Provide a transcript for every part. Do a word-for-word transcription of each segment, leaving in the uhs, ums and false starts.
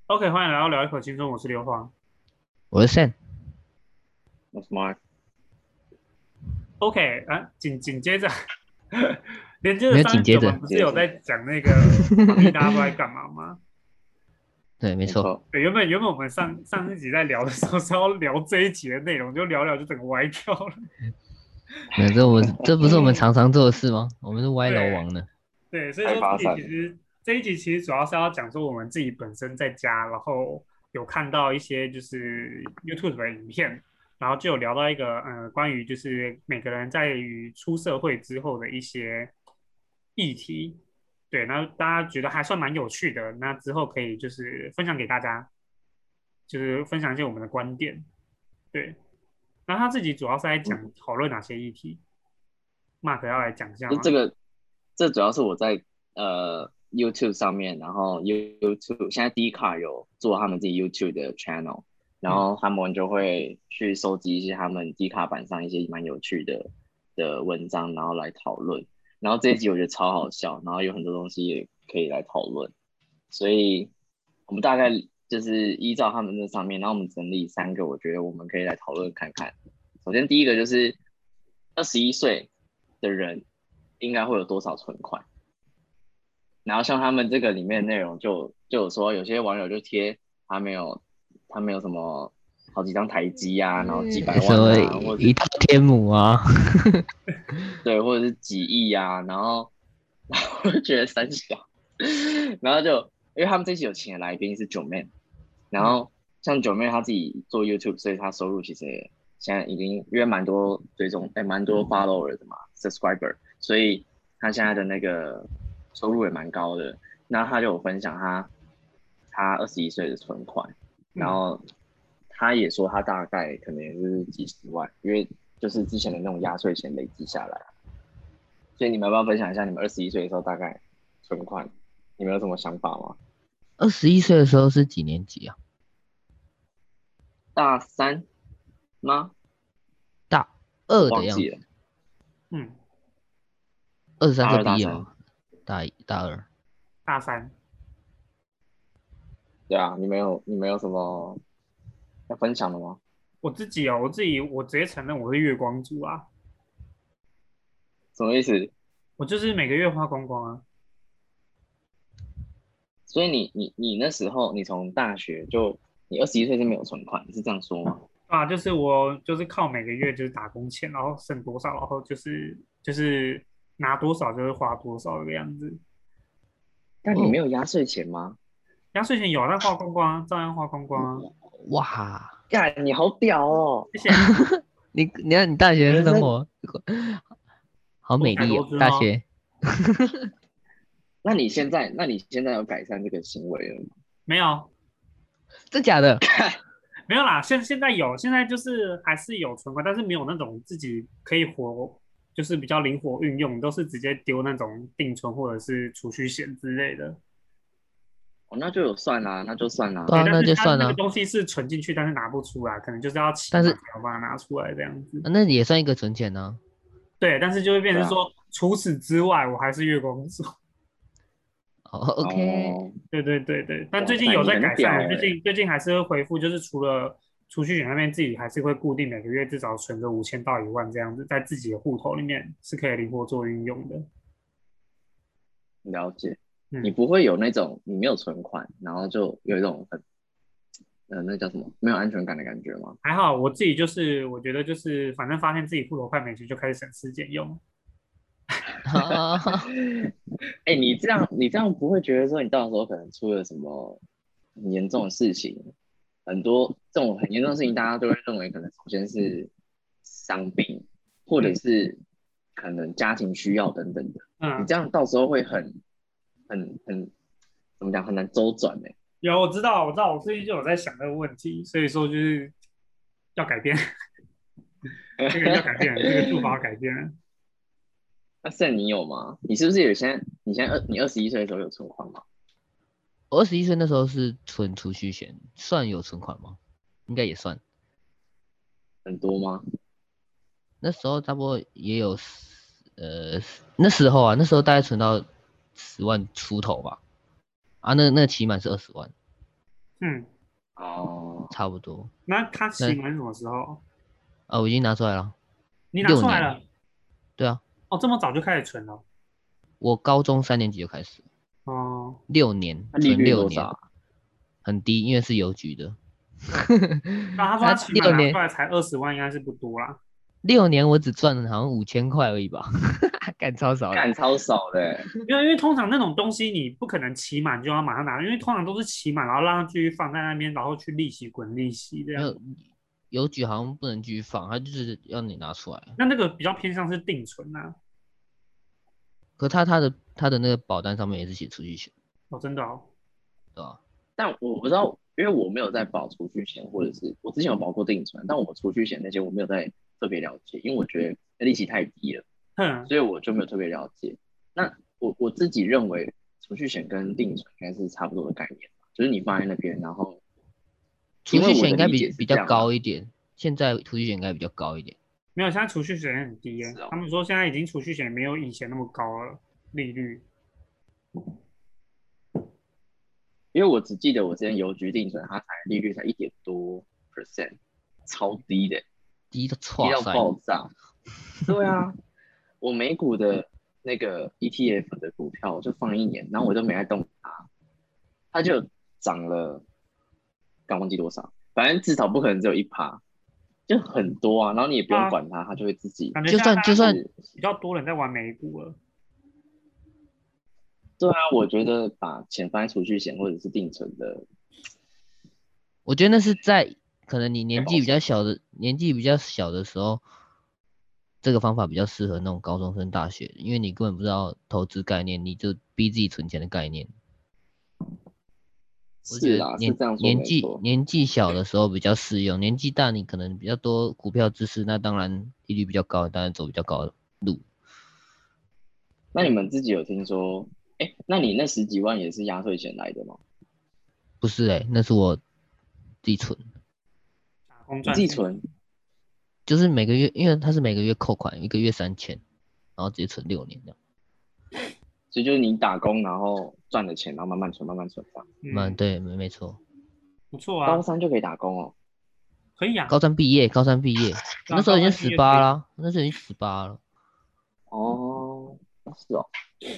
OK，欢迎来到聊一口青春，我是刘华。 我是 Sam， 我 smart， OK，啊，紧紧接着，连接着没有上一集我们紧接着， 不是有在接着讲那个防疫大家都在干嘛吗？ 对，没错， 没错， 对，原本原本我们上上一集在聊的时候是要聊这一集的内容，就聊聊就整个歪掉了。 没有这我们这不是我们常常做的事吗？我们是歪楼对王呢。 对，所以太说这发散了。 集其实这一集其实主要是要讲说我们自己本身在家，然后有看到一些就是 YouTube 的影片，然后就有聊到一个呃关于就是每个人在于出社会之后的一些议题。对，那大家觉得还算蛮有趣的，那之后可以就是分享给大家，就是分享一些我们的观点。对，那他自己主要是在嗯， 讲讨论哪些议题？Mark 要来讲一下吗？ 就这个，这主要是我在呃 YouTube 上面，然后 YouTube 现在 d 卡有做他们自己 YouTube 的 channel，然嗯后他们就会去收集一些他们 d 卡版上一些蛮有趣的的文章，然后来讨论。然后这一集我觉得超好笑，然后有很多东西也可以来讨论，所以我们大概就是依照他们那上面，然后我们整理三个，我觉得我们可以来讨论看看。首先第一个就是二十一岁的人应该会有多少存款，然后像他们这个里面的内容就就有说，有些网友就贴他没有他没有什么好几张台机啊，然后几百什么万啊，或者是一套天母啊？ 对，或者是几亿啊，然后然后我就觉得三小，然后就因为他们这期有请的来宾是九妹，然嗯后像九妹她自己做 YouTube，所以她收入其实也现在已经因为蛮多追踪，哎，蛮多 follower 的嘛，subscriber，所以她现在的那个收入也蛮高的。那她就有分享她她二十一岁的存款，然嗯。 后她也说她大概可能也是几十万，因为就是之前的那种压岁钱累积下来。所以你们要不要分享一下你们二十一岁的时候大概存款，你们有什么想法吗？ 二十一岁的时候是几年级啊？ 大三吗？ 大我二的样子， 忘记了， 嗯， 二十三岁大二大三。 毕业嘛，大一、大二。 大三， 对啊，你们有你们有什么要分享的吗？ 我自己哦，我自己我直接承认我是月光族啊， 什么意思？ 我就是每个月花光光啊。 所以你你你那时候你从大学就你二十一岁是没有存款，是这样说吗？ 啊，就是我就是靠每个月就是打工钱，然后剩多少，然后就是就是拿多少就是花多少这个样子。 但你没哦， 有压岁钱吗？ 压岁钱有，但花光光啊，照样花光光啊。 哇， 干，你好屌哦！ 谢谢啊， 你你看你大学人生， 生活好多彩美丽哦， 多姿吗？ 大学。 那你现在那你现在有改善这个行为了吗？ 没有， 真假的？ 没有啦，现现在有，现在就是还是有存款，但是没有那种自己可以活，就是比较灵活运用，都是直接丢那种定存或者是储蓄险之类的。 哦，那就有算啦，那就算啦。 对， 对啊，那但是它就算了。 那个东西是存进去，但是拿不出来，可能就是要期但是、 满才有办法拿出来这样子。 啊那也算一个存钱呢、 对，但是就会变对啊， 成说，除此之外，我还是月光族。 哦，OK， 哦， 对对对对，但哇最近有塞，你很在改善了，最屌哎、 近最近还是会回复，就是除了储蓄险那边自己还是会固定每个月至少存个五千到一万这样子，在自己的户头里面是可以灵活做运用的。 了解。你嗯， 不会有那种你没有存款，然后就有一种很呃那叫什么没有安全感的感觉吗？ 还好我自己就是我觉得就是反正发现自己户头快没钱，就开始省吃俭用。 哈， 哎、欸你这样你这样不会觉得说你到时候可能出了什么很严重的事情？很多这种很严重的事情，大家都会认为可能首先是伤病，或者嗯是可能家庭需要等等的。你嗯， 这样到时候会很很很怎么讲很难周转呢、欸？ 有我知道我知道，我最近就有在想这个问题，所以说就是要改变。这个要改变了，这个做法要改变了。 那现你有吗？你是不是有现在你现在二你二十一岁的时候有存款吗？ 我二十一岁那时候是存储蓄险，算有存款吗？应该也算。 很多吗？ 那时候差不多也有呃，那时候啊，那时候大概存到十万出头吧。啊，那那期满是二十万。 嗯， 哦， 差不多。 那他期那满什么时候？ 啊，我已经拿出来了， 你拿六年。 出来了？ 对啊， 哦，这么早就开始存了？ 我高中三年级就开始， 哦， 六年那利存六年， 率多少啊？ 很低，因为是邮局的。 那他说他他期满六年拿出来才二十万，应该是不多啦。 六年我只赚了好像五千块而已吧，干超少的。 干超少的欸， 因为因为通常那种东西你不可能期满就要马上拿，因为通常都是期满，然后让它继续放在那边，然后去利息滚利息这样。 没有邮局好像不能继续放，他就是要你拿出来。 那那个比较偏向是定存啊。 可他他的他的那个保单上面也是写储蓄险， 哦，真的哦。 对吧？ 但我不知道，因为我没有在保储蓄险，或者是我之前有保过定存，但我储蓄险那些我没有在特别了解，因为我觉得利息太低了， 哼， 所以我就没有特别了解。那我我自己认为储蓄险跟定存应该是差不多的概念吧，就是你放在那边，然后储因为蓄险应该我的理解比比较是这样啦， 高一点，现在储蓄险应该比较高一点。 没有，现在储蓄险很低耶。 是哦， 他们说现在已经储蓄险没有以前那么高了，利率。 因为我只记得我之前邮局定存，它才利率才一点多 percent，超低的， 低到低到错塞。 爆炸。对啊，我美股的那个 E T F 的股票就放一年，然后我都没在动它，它就涨了，刚忘记多少，反正至少不可能只有一趴，就很多啊。然后你也不用啊， 管它，它就会自己就感觉现在大家都算就算是。 比较多人在玩美股了。 对啊，我觉得把钱放在储蓄险或者是定存的我觉得那是在可能你年纪比较太保守。 小的年纪比较小的时候，这个方法比较适合那种高中生、大学，因为你根本不知道投资概念，你就逼自己存钱的概念。我觉是啦，是得年这样说年纪没错。 年纪小的时候比较适用，年纪大你可能比较多股票知识，那当然利率比较高，当然走比较高的路。 那你们自己有听说？哎，那你那十几万也是压岁钱来的吗？ 不是诶、那是我自己存， 打工你赚钱。 自己存？ 就是每个月，因为它是每个月扣款，一个月三千，然后直接存六年这样。 所以就是你打工，然后赚的钱，然后慢慢存，慢慢存这样。 嗯， 嗯，对，没没错。 不错啊， 高三就可以打工哦。 可以啊。 高三毕业，高三毕业，我对啊， 那时候已经高三毕十业可以。 八了，我那时候已经十八了。 哦，是哦。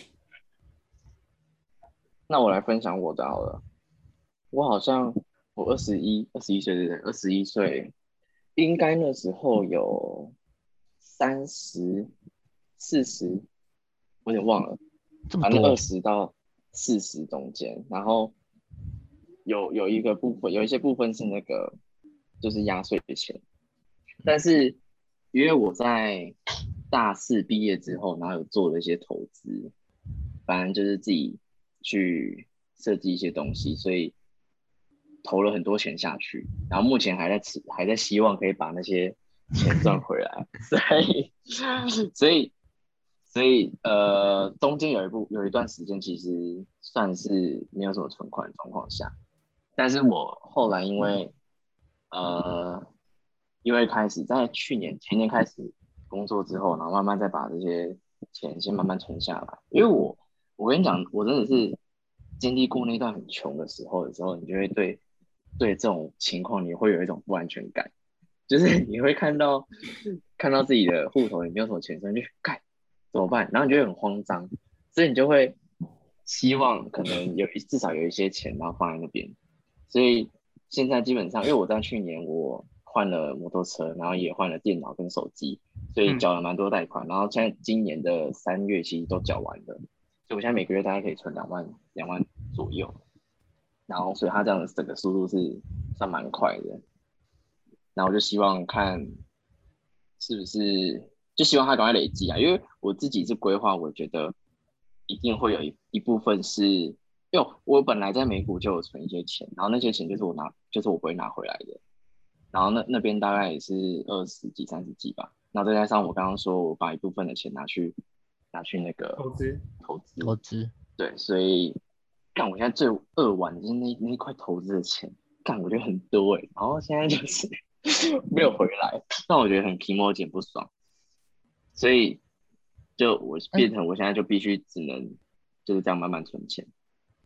那我来分享我的好了。我好像我二十一，二十一岁对不对？二十一岁，应该那时候有三十、四十，我有点忘了，反正二这么多。 十到四十中间。然后有有一个部分，有一些部分是那个就是压岁钱，但是因为我在大四毕业之后，然后有做了一些投资，反正就是自己去设计一些东西，所以投了很多钱下去，然后目前还在吃，还在希望可以把那些钱赚回来，所以所以所以呃，中间有一部有一段时间其实算是没有什么存款的状况下，但是我后来因为呃，因为开始在去年前年开始工作之后，然后慢慢再把这些钱先慢慢存下来。因为我我跟你讲，我真的是经历过那段很穷的时候的时候，你就会对对这种情况你会有一种不安全感，就是你会看到看到自己的户头里没有什么钱，所以你就干怎么办？然后你就会很慌张，所以你就会希望可能有至少有一些钱，然后放在那边。所以现在基本上，因为我在去年我换了摩托车，然后也换了电脑跟手机，所以嗯， 缴了蛮多贷款。然后现在今年的三月其实都缴完了，所以我现在每个月大概可以存两万两万左右。然后所以它这样的整个速度是算蛮快的。然后我就希望看是不是就希望它赶快累积啊，因为我自己是规划，我觉得一定会有一一部分是，因为我本来在美股就有存一些钱，然后那些钱就是我拿，就是我不会拿回来的，然后那那边大概也是二十几、三十几吧，然后再加上我刚刚说我把一部分的钱拿去拿去那个投资。 投资， 投资。 对，所以干我现在最扼腕就是那那一块投资的钱，干我觉得很多哎、欸然后现在就是没有回来，让我觉得很皮毛减不爽，所以就我但变成我现在就必须只能就是这样慢慢存钱。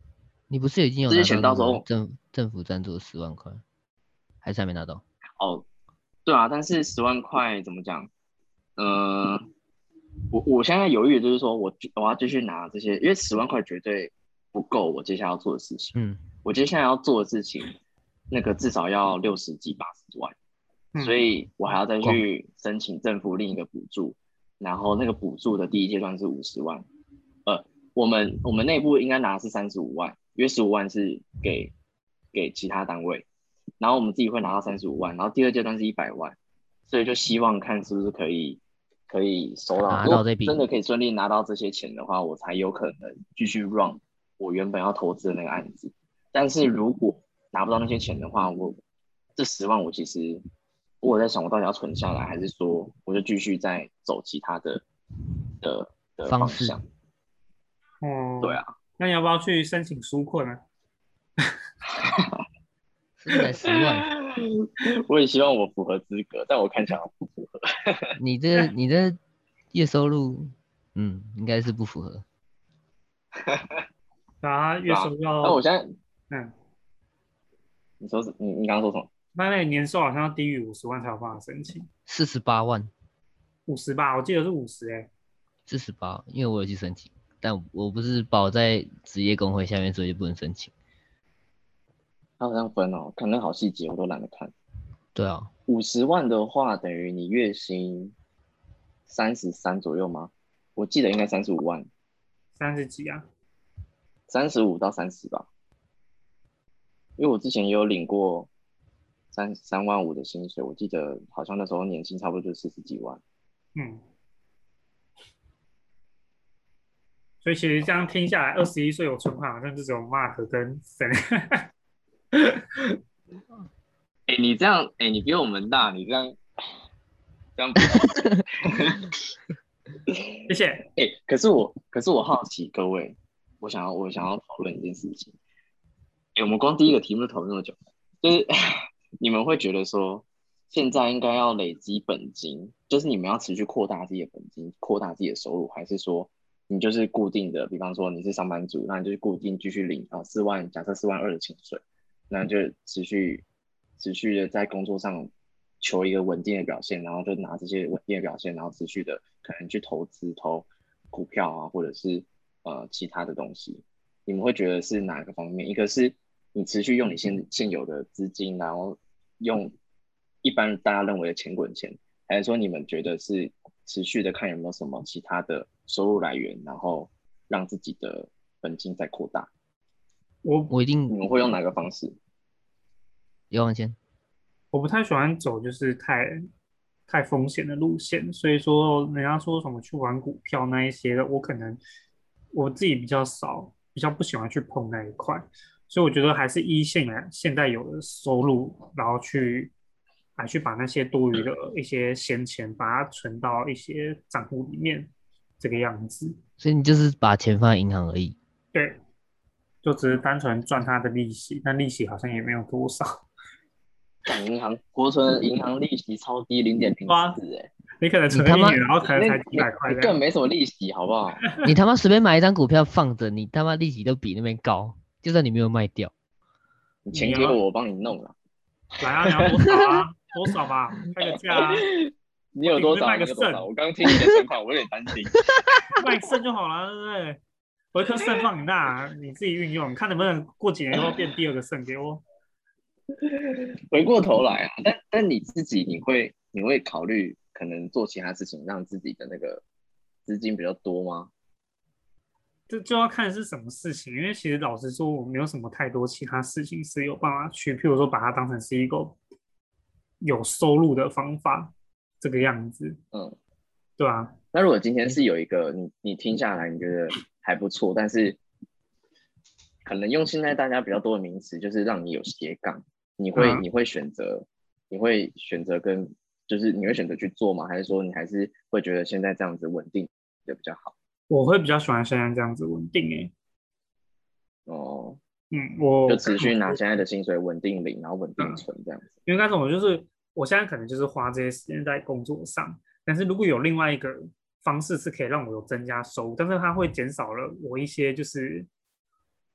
你不是已经有之拿到那前到时候个政政府赞助的十万块，还是还没拿到？ 哦，对啊，但是十万块怎么讲？呃，我我现在犹豫的就是说我我要继续拿这些，因为十万块绝对不够我接下来要做的事情。 嗯， 我接下来要做的事情，那个至少要六十几八十万，所嗯， 以我还要再去申请政府另一个补助，然后那个补助的第一阶段是五十万，呃，我们我们内部应该拿的是三十五万，因为十五万是给给其他单位，然后我们自己会拿到三十五万，然后第二阶段是一百万，所以就希望看是不是可以可以收到，如果拿到这笔真的可以顺利拿到这些钱的话，我才有可能继续 run 我原本要投资的那个案子。但是如果拿不到那些钱的话，我这十万我其实我在想，我到底要存下来，还是说我就继续再走其他的的的方式方向？ 哦， 对啊， 那你要不要去申请纾困呢？ 是不是才十万？ 我也希望我符合资格，但我看起来不符合。 你这你这月收入，嗯，应该是不符合。 然后月收对啊， 要， 那我现在嗯， 你说是你你刚刚说什么？ 那那你年收好像要低于五十万才有办法申请， 四十八万， 五十吧，我记得是五十哎。 四十八，因为我有去申请，但我不是保在职业工会下面，所以就不能申请。 他好像分哦，看那好细节我都懒得看。 对啊， 五十万的话，等于你月薪三十三左右吗？我记得应该三十五万， 三十几啊？ 三十五到三十吧。因为我之前也有领过三三万五的薪水，我记得好像那时候年薪差不多就四十几万。 嗯，所以其实这样听下来，二十一岁有存款好像就只有 Mark 跟 Sen。 哎、你这样，哎、你比我们大，你这样这样不好。 谢谢。 哎、可是我，可是我好奇各位，我想要我想要讨论一件事情。哎、我们光第一个题目就讨论那么久，就是你们会觉得说，现在应该要累积本金，就是你们要持续扩大自己的本金，扩大自己的收入，还是说你就是固定的，比方说你是上班族，那你就是固定继续领啊四万，假设四万二的薪水，那就持续持续的在工作上求一个稳定的表现，然后就拿这些稳定的表现，然后持续的可能去投资投股票啊，或者是呃其他的东西。你们会觉得是哪个方面？一个是你持续用你现现有的资金，然后用一般大家认为的钱滚钱，还是说你们觉得是持续的看有没有什么其他的收入来源，然后让自己的本金再扩大？ 我我一定你们会用哪个方式？ 要往前。 我不太喜欢走就是太太风险的路线，所以说人家说什么去玩股票那一些的，我可能我自己比较少，比较不喜欢去碰那一块，所以我觉得还是依现来现在有的收入，然后去来去把那些多余的一些闲钱，把它存到一些账户里面，这个样子。 所以你就是把钱放在银行而已。 对，就只是单纯赚它的利息，但利息好像也没有多少。 干银行国存银行利息超低，零点零哇， 四，哎， 你可能存你他妈了一年，然后可能那才几百你块这样。 你更没什么利息，好不好？ 你他妈随便买一张股票放着，你他妈利息都比那边高，就算你没有卖掉。 你钱给我，我帮你弄了。 来啊，你要多少啊？多少吧，开个价啊！ 你有多少？ 卖个你有多少？ 肾， 我刚听你的存款，我有点担心。 卖肾就好了，对不对？我一颗肾放你那，你自己运用，看能不能过几年后变第二个肾给我。 回过头来啊，但但你自己，你会你会考虑可能做其他事情，让自己的那个资金比较多吗？ 这就要看是什么事情，因为其实老实说，我没有什么太多其他事情是有办法去，譬如说把它当成是一个有收入的方法，这个样子， 嗯， 对啊。 那如果今天是有一个你你听下来你觉得还不错，但是可能用现在大家比较多的名词，就是让你有斜杠，你会、 嗯你会选择你会选择跟就是你会选择去做吗？还是说你还是会觉得现在这样子稳定的比较好？ 我会比较喜欢现在这样子稳定诶、 哦， 嗯，我就持续拿现在的薪水稳定领，然后稳定存这样子。 因为那种我就是我现在可能就是花这些时间在工作上，但是如果有另外一个方式是可以让我有增加收入，但是它会减少了我一些就是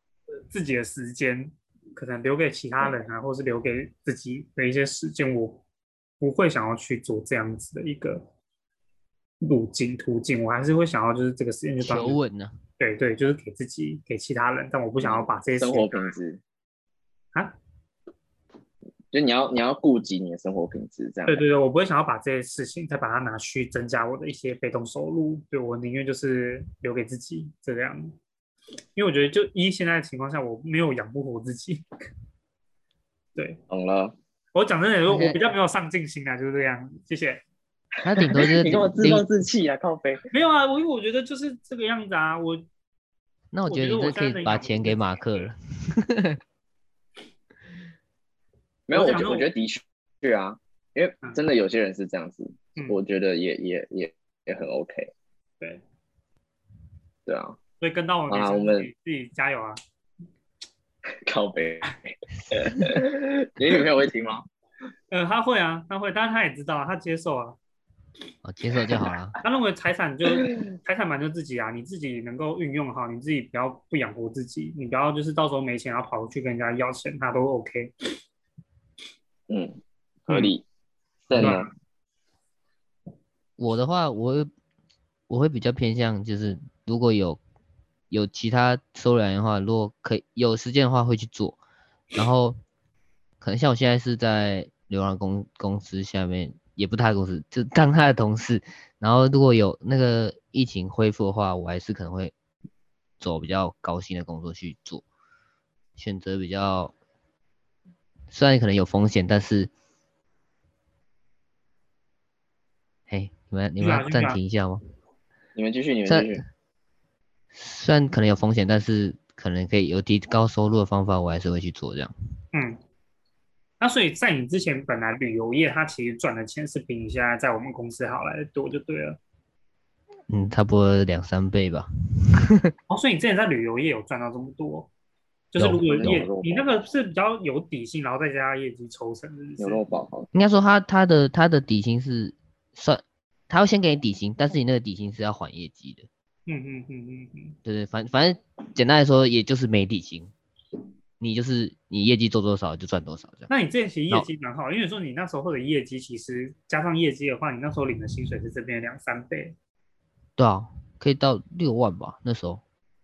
自己的时间可能留给其他人啊，或是留给自己的一些时间，我不会想要去做这样子的一个路径途径，我还是会想要就是这个时间就当求稳呢、 对对，就是给自己给其他人，但我不想要把这些生活品质啊， 就你要你要顾及你的生活品质，这样。 对对对，我不会想要把这些事情再把它拿去增加我的一些被动收入，对我宁愿就是留给自己这样，因为我觉得就依现在的情况下，我没有养不活自己，对懂了。 我讲真的，我 OK 我比较没有上进心啊，就是这样，谢谢。 他顶多就是你跟我自领暴自弃啊，靠背。 没有啊，我因为我觉得就是这个样子啊，我那我我觉得我觉得你这可以现在能养活把钱给自己马克了。 没有，我觉我讲的我我觉得的确啊，因为嗯真的有些人是这样子， 嗯我觉得也也也也很 OK。 对， 对啊， 所以跟到我女啊，我们生自己自己加油啊。 靠背。你女朋友会听吗？ 呃，他会啊，他会，但是他也知道啊，他接受啊， 哦，接受就好了。 他认为财产就财产版就自己啊，你自己能够运用好，你自己不要不养活自己，你不要就是到时候没钱然后跑去跟人家要钱，他都 OK。 嗯，合理。正对呢？ 我的话，我会我会比较偏向就是如果有有其他收入来源的话，如果可以有时间的话会去做，然后可能像我现在是在流浪公公司下面，也不太公司，就当他的同事。然后如果有那个疫情恢复的话，我还是可能会走比较高薪的工作去做，选择比较虽然可能有风险，但是嘿，你们你继续啊， 们要暂继续啊。 停一下吗？ 你们继续，你们虽继续。 虽然可能有风险，但是可能可以有提高收入的方法，我还是会去做这样。 嗯，那所以在你之前本来旅游业它其实赚的钱是比你现在在我们公司好来的多就对了。 嗯，差不多两三倍吧。 哦，所以你之前在旅游业有赚到这么多，就是如果有业有你那个是比较有底薪，然后再加上业绩抽成，是不是？ 牛肉堡好。 应该说他他的他的底薪是算，他要先给你底薪，但是你那个底薪是要还业绩的。 嗯嗯嗯嗯嗯， 对对，反反正简单来说，也就是没底薪，你就是你业绩做多少就赚多少这样。 那你之前其实业那绩蛮好，因为说你那时候的业绩其实加上业绩的话，你那时候领的薪水是这边两三倍。 对啊，可以到六万吧那时候，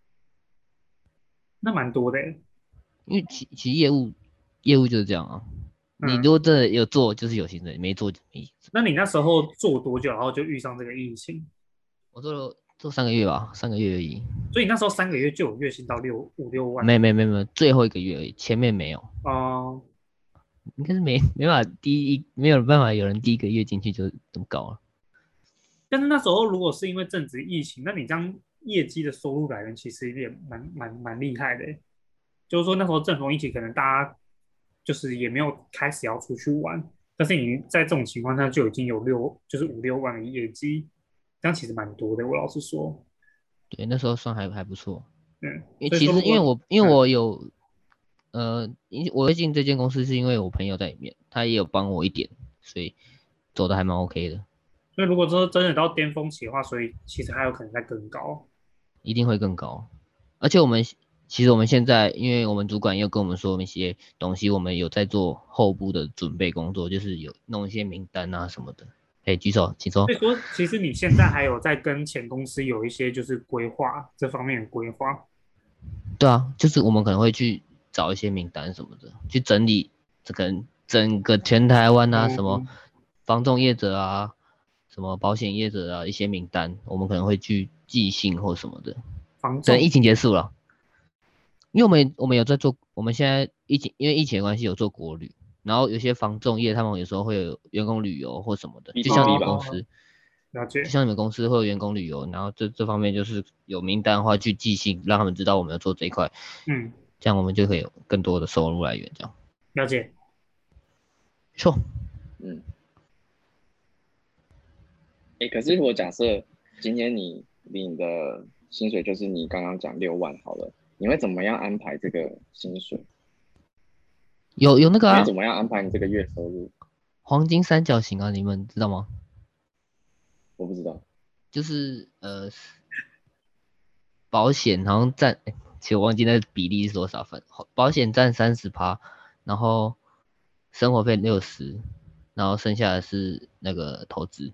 那蛮多的欸。 因为其其实业务业务就是这样啊。你嗯， 如果真的有做，就是有薪水；没做就没薪水。 那你那时候做多久，然后就遇上这个疫情？ 我做了做三个月吧，三个月而已。 所以你那时候三个月就有月薪到六五六万。 没没没没，最后一个月而已，前面没有。 哦、 应该是没没办法，第一没有办法有人第一个月进去就这么高了。 但是那时候如果是因为正值疫情，那你这样业绩的收入来源其实也蛮蛮蛮厉害的欸。就是说那时候正逢疫情，可能大家就是也没有开始要出去玩，但是你在这种情况下就已经有六就是五六万的业绩，这样其实蛮多的。我老实说， 对，那时候算还还不错。 嗯， 因为其实因为所以说如果我因为嗯我有呃，因我会进这间公司是因为我朋友在里面，他也有帮我一点，所以走的还蛮 OK 的， 所以如果说真的到巅峰期的话，所以其实还有可能再更高。 一定会更高。而且我们其实我们现在，因为我们主管又跟我们说一些东西，我们有在做后部的准备工作，就是有弄一些名单啊什么的。哎，举手，请说所。以说，其实你现在还有在跟前公司有一些就是规划这方面的规划。 对啊，就是我们可能会去找一些名单什么的，去整理这个整个全台湾啊，什么嗯房仲业者啊，什么保险业者啊，一些名单，我们可能会去寄信或什么的。 房仲等疫情结束了，因为我们我们有在做，我们现在疫情因为疫情的关系有做国旅，然后有些房仲业他们有时候会有员工旅游或什么的，就像你们公司， 了解就像你们公司会有员工旅游，然后这这方面就是有名单的话去寄信，让他们知道我们要做这一块， 嗯， 这样我们就可以有更多的收入来源，这样。 了解。 没错， 嗯。哎、可是如果假设今天你领的薪水就是你刚刚讲六万好了，你会怎么样安排这个薪水？ 有有那个啊， 你会怎么样安排你这个月收入？ 黄金三角形啊，你们知道吗？ 我不知道。 就是呃，保险好像占，欸其实我忘记那比例是多少分。保险占三十趴，然后生活费六十，然后剩下的是那个投资。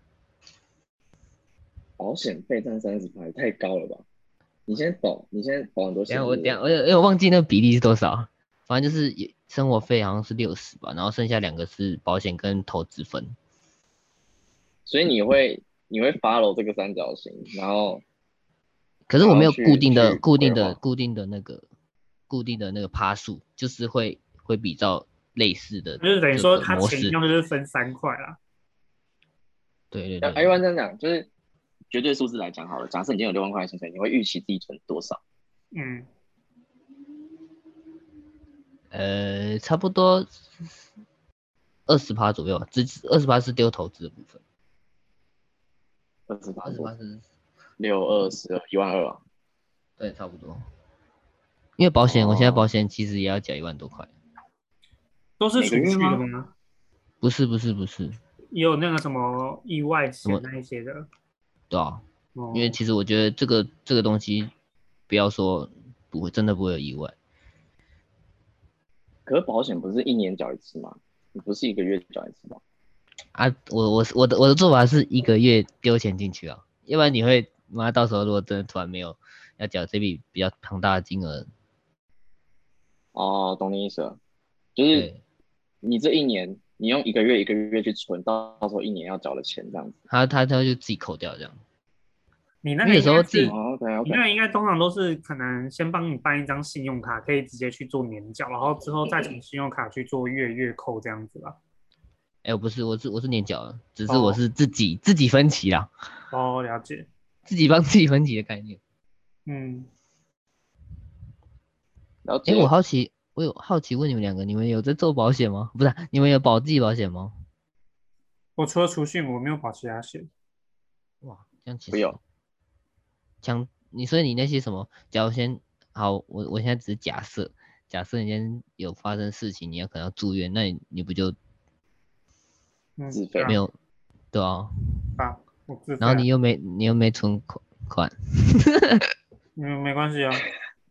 保险费占三十趴，也太高了吧？你现在保，你现在保很多险， 等下我等下我我我忘记那比例是多少，反正就是生活费好像是六十吧，然后剩下两个是保险跟投资分。 所以你会你会 follow 这个三角形，然后可是我没有固定的、 去固定的、 规划固定的那个、固定的那个趴数，就是会会比较类似的就是等于这说它个模式。 钱用就是分三块啦。 对对要对对， 一般这样讲，就是绝对数字来讲好了。假设你今天有六万块的薪水，你会预期自己存多少？ 嗯， 呃，差不多二十趴左右吧，只二十趴是丢投资的部分， 二十八二十趴是六二十二一万二啊。 对差不多。因为保险，我现在保哦， 险其实也要缴一万多块。 都是每个储蓄的月吗？ 吗？ 不是不是不是， 也有那个什么意外什么险那一些的。 对啊， 哦， 因为其实我觉得这个这个东西，不要说不会，真的不会有意外。 可是保险不是一年缴一次吗？你不是一个月缴一次吗？ 啊，我我我的我的做法是一个月丢钱进去啊，要不然你会妈到时候如果真的突然没有要缴这笔比较庞大的金额， 哦，懂你意思了，就是对， 你这一年你用一个月一个月去存，到到时候一年要缴的钱这样子。 他他他就自己扣掉这样，因为有你那个应该是， 时候自己哦，OK 你 OK。 那个应该通常都是可能先帮你办一张信用卡，可以直接去做年缴，然后之后再从信用卡去做月月扣这样子吧。 哎，我不是我是我是年缴的，只是我哦是自己自己分期啦， 哦，了解。 自己帮自己分期的概念。 嗯， 哎，我了解。 好奇，我有好奇问你们两个，你们有在做保险吗？不是，你们有保自己保险吗？ 我除了储蓄，我没有保其他险。 哇，这样其实不有。 像你，所以你那些什么，假如先好，我我现在只是假设，假设你今天有发生事情，你要可能要住院，那你你不就嗯， 自费对啊， 没有对啊？ 啊，我自费啊。 然后你又没你又没存款款， 嗯，没关系啊，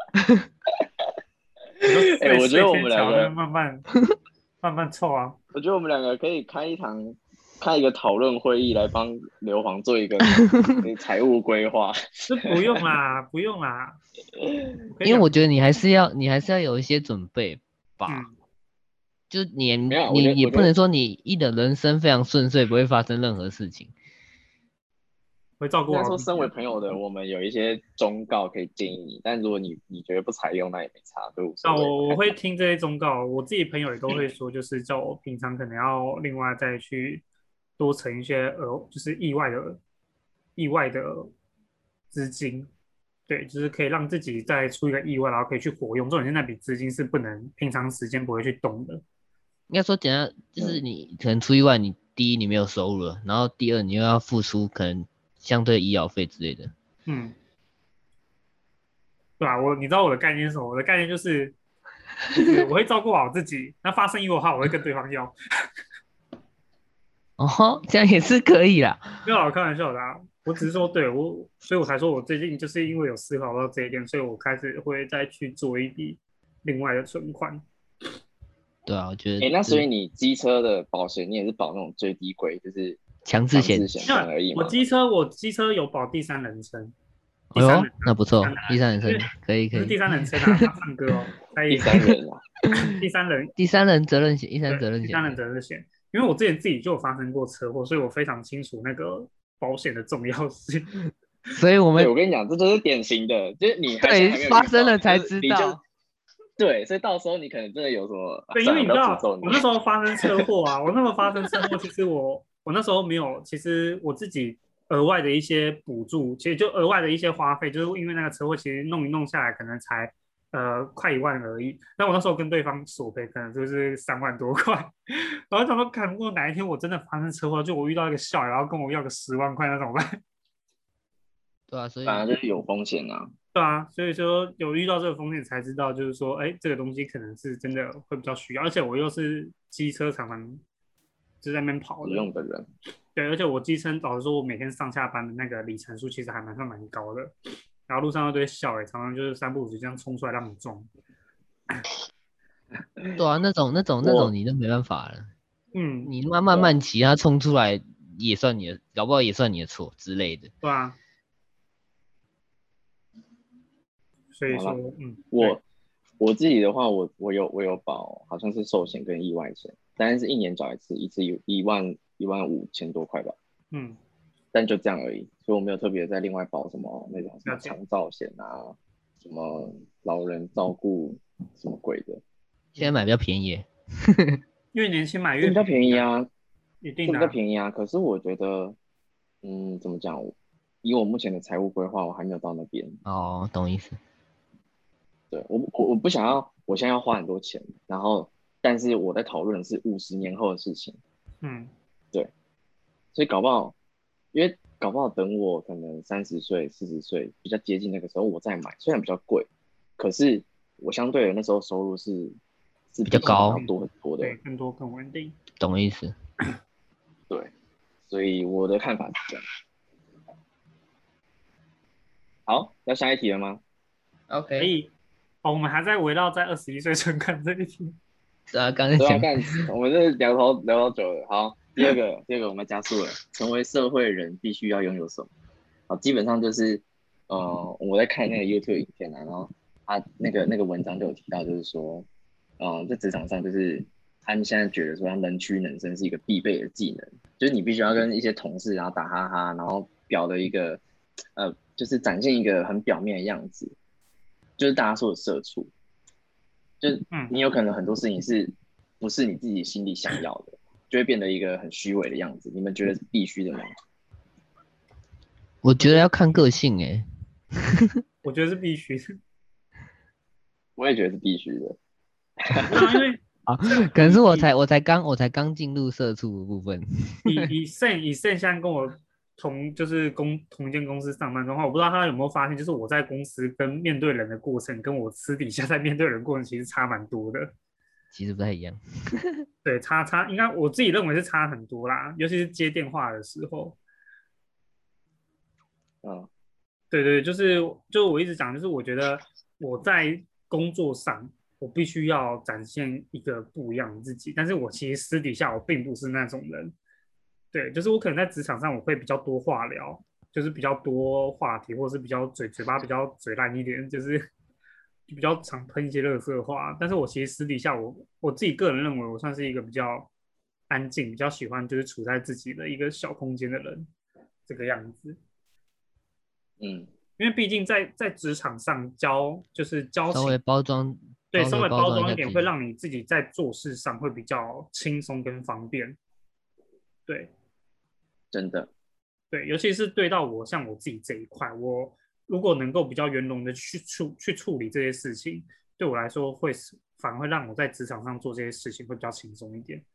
我就哎、 睡睡我觉得我们天桥，那两个， 慢慢慢慢凑啊。 我觉得我们两个可以开一堂，开一个讨论会议来帮刘皇做一个财务规划。 这不用啦，不用啦，我可以养。 因为我觉得你还是要你还是要有一些准备吧。 嗯， 就你没有啊，我你觉得，我觉得也不能说你一的人生非常顺遂，不会发生任何事情。 会照顾应该说，身好自己啊。 为朋友的我们有一些忠告可以建议你，但如果你你觉得不采用，那也没差，就无所那谓。 我我会听这些忠告，我自己朋友也都会说，就是叫我平常可能要另外再去多存一些呃，就是意外的意外的资金，对，就是可以让自己再出一个意外，然后可以去活用。重点是那笔资金是不能平常时间不会去动的。 应该说简单就是嗯， 你可能出意外，你第一你没有收入了，然后第二你又要付出可能相对医疗费之类的。 嗯，对吧？我你知道我的概念是什么？我的概念就是就是我会照顾好自己，那发生意外的话，我会跟对方要。 哦，这样也是可以啦。 没有啦，我开玩笑的啊。我只是说，对我，所以我才说我最近就是因为有思考到这一点，所以我开始会再去做一笔另外的存款。 对啊，我觉哎、那得是所以你机车的保险，你也是保那种最低规，就是强制险。 强制险这样那而已吗？ 我机车，我机车有保第三人称，第哎呦， 三人那不错，第三人因为称可以可以。 不是第三人称啊，他唱歌哦，他也第三人啊。 第三人， 第三人责任险，第三对， 责任第三人险。 责任险。因为我之前自己就有发生过车祸，所以我非常清楚那个保险的重要性。 对， 所以我们我跟你讲，这就是典型的，就是你还现在对还没有遇发生到了才知就是你就道。 对，所以到时候你可能真的有什么，啊对，因算了，不为你知道， 要诅咒你。 我那时候发生车祸啊，我那时候发生车祸，其实我我那时候没有，其实我自己额外的一些补助，其实就额外的一些花费，就是因为那个车祸，其实弄一弄下来，可能才呃快一万而已。但我那时候跟对方索赔，可能就是三万多块。然后想说，看如果哪一天我真的发生车祸，就我遇到一个校友，然后跟我要个十万块，那怎么办？ 对啊，所反以正就是有风险啊。 对啊，所以说有遇到这个风险才知道，就是说，哎，这个东西可能是真的会比较需要，而且我又是机车常常就在那边跑使的， 用的人。 对，而且我机车老实说，我每天上下班的那个里程数其实还蛮算蛮高的。 然后路上那堆笑，也常常就是三不五时这样冲出来让你撞。 对啊，那种那种那种我你都没办法了， 嗯， 你慢慢慢骑，他冲出来也算你的，搞不好也算你的错之类的。 对啊，所以说， 好了， 嗯，对， 我我自己的话，我我有我有保，好像是寿险跟意外险，但是一年缴一次，一次有一万一万五千多块吧， 嗯， 但就这样而已，所以我没有特别再另外保什么那种什么了解。 长照险啊，什么老人照顾什么鬼的， 现在买比较便宜耶。 越年轻买越是比较便宜啊， 便宜啊，是比较一定的啊。 便宜啊。可是我觉得，嗯，怎么讲？以我目前的财务规划，我还没有到那边。 哦，懂意思。 对，我我我不想要，我现在要花很多钱，然后但是我在讨论的是五十年后的事情。 嗯， 对，所以搞不好，因为搞不好等我可能三十岁、四十岁比较接近那个时候，我再买，虽然比较贵，可是我相对的那时候收入是是比较比现在还高， 要多很多对， 的。 更多更稳定。 懂意思。 对，所以我的看法是这样。好，要下一题了吗？ 所 OK。 以，哦，我们还在围绕在二十一岁存款这一题。 是啊，刚才对啊， 讲。 干，我们这聊头聊到久了。好，第二个，第二个我们加速了，成为社会人必须要拥有什么？好，基本上就是，呃，我在看那个 YouTube 影片啊，然后他那个那个文章就有提到，就是说，嗯、在职场上就是他们现在觉得说，能屈能伸是一个必备的技能，就是你必须要跟一些同事然后打哈哈，然后表的一个，呃，就是展现一个很表面的样子，就是大家说的社畜。就是嗯， 你有可能很多事情是不是你自己心里想要的，就会变得一个很虚伪的样子。你们觉得是必须的吗？ 我我觉得， 觉得要看个性诶。 我觉得是必须的。 我也觉得是必须的。 对啊，因为啊， 像可能是我以才我才刚我才刚进入社畜的部分。 以以以盛以盛现在跟我同就是公同一间公司上班的话，我不知道他有没有发现，就是我在公司跟面对人的过程，跟我私底下在面对人的过程其实差蛮多的。 其实不太一样。 对，差差应该我自己认为是差很多啦，尤其是接电话的时候。 嗯对对，就是就我一直讲，就是我觉得我在工作上，我必须要展现一个不一样的自己，但是我其实私底下我并不是那种人。对，就是我可能在职场上我会比较多话聊，就是比较多话题，或者是比较嘴嘴巴比较嘴烂一点，就是就比较常喷一些垃圾话。但是我其实私底下我我自己个人认为我算是一个比较安静，比较喜欢就是处在自己的一个小空间的人，这个样子。 嗯因为毕竟在在职场上交就是交情， 稍微包装对， 稍稍微微包装一包装一点，会下自己。 让你自己在做事上会比较轻松跟方便。对真的。 对，尤其是对到我像我自己这一块，我如果能够比较圆融的去处去处理这些事情，对我来说会是反而会让我在职场上做这些事情会比较轻松一点。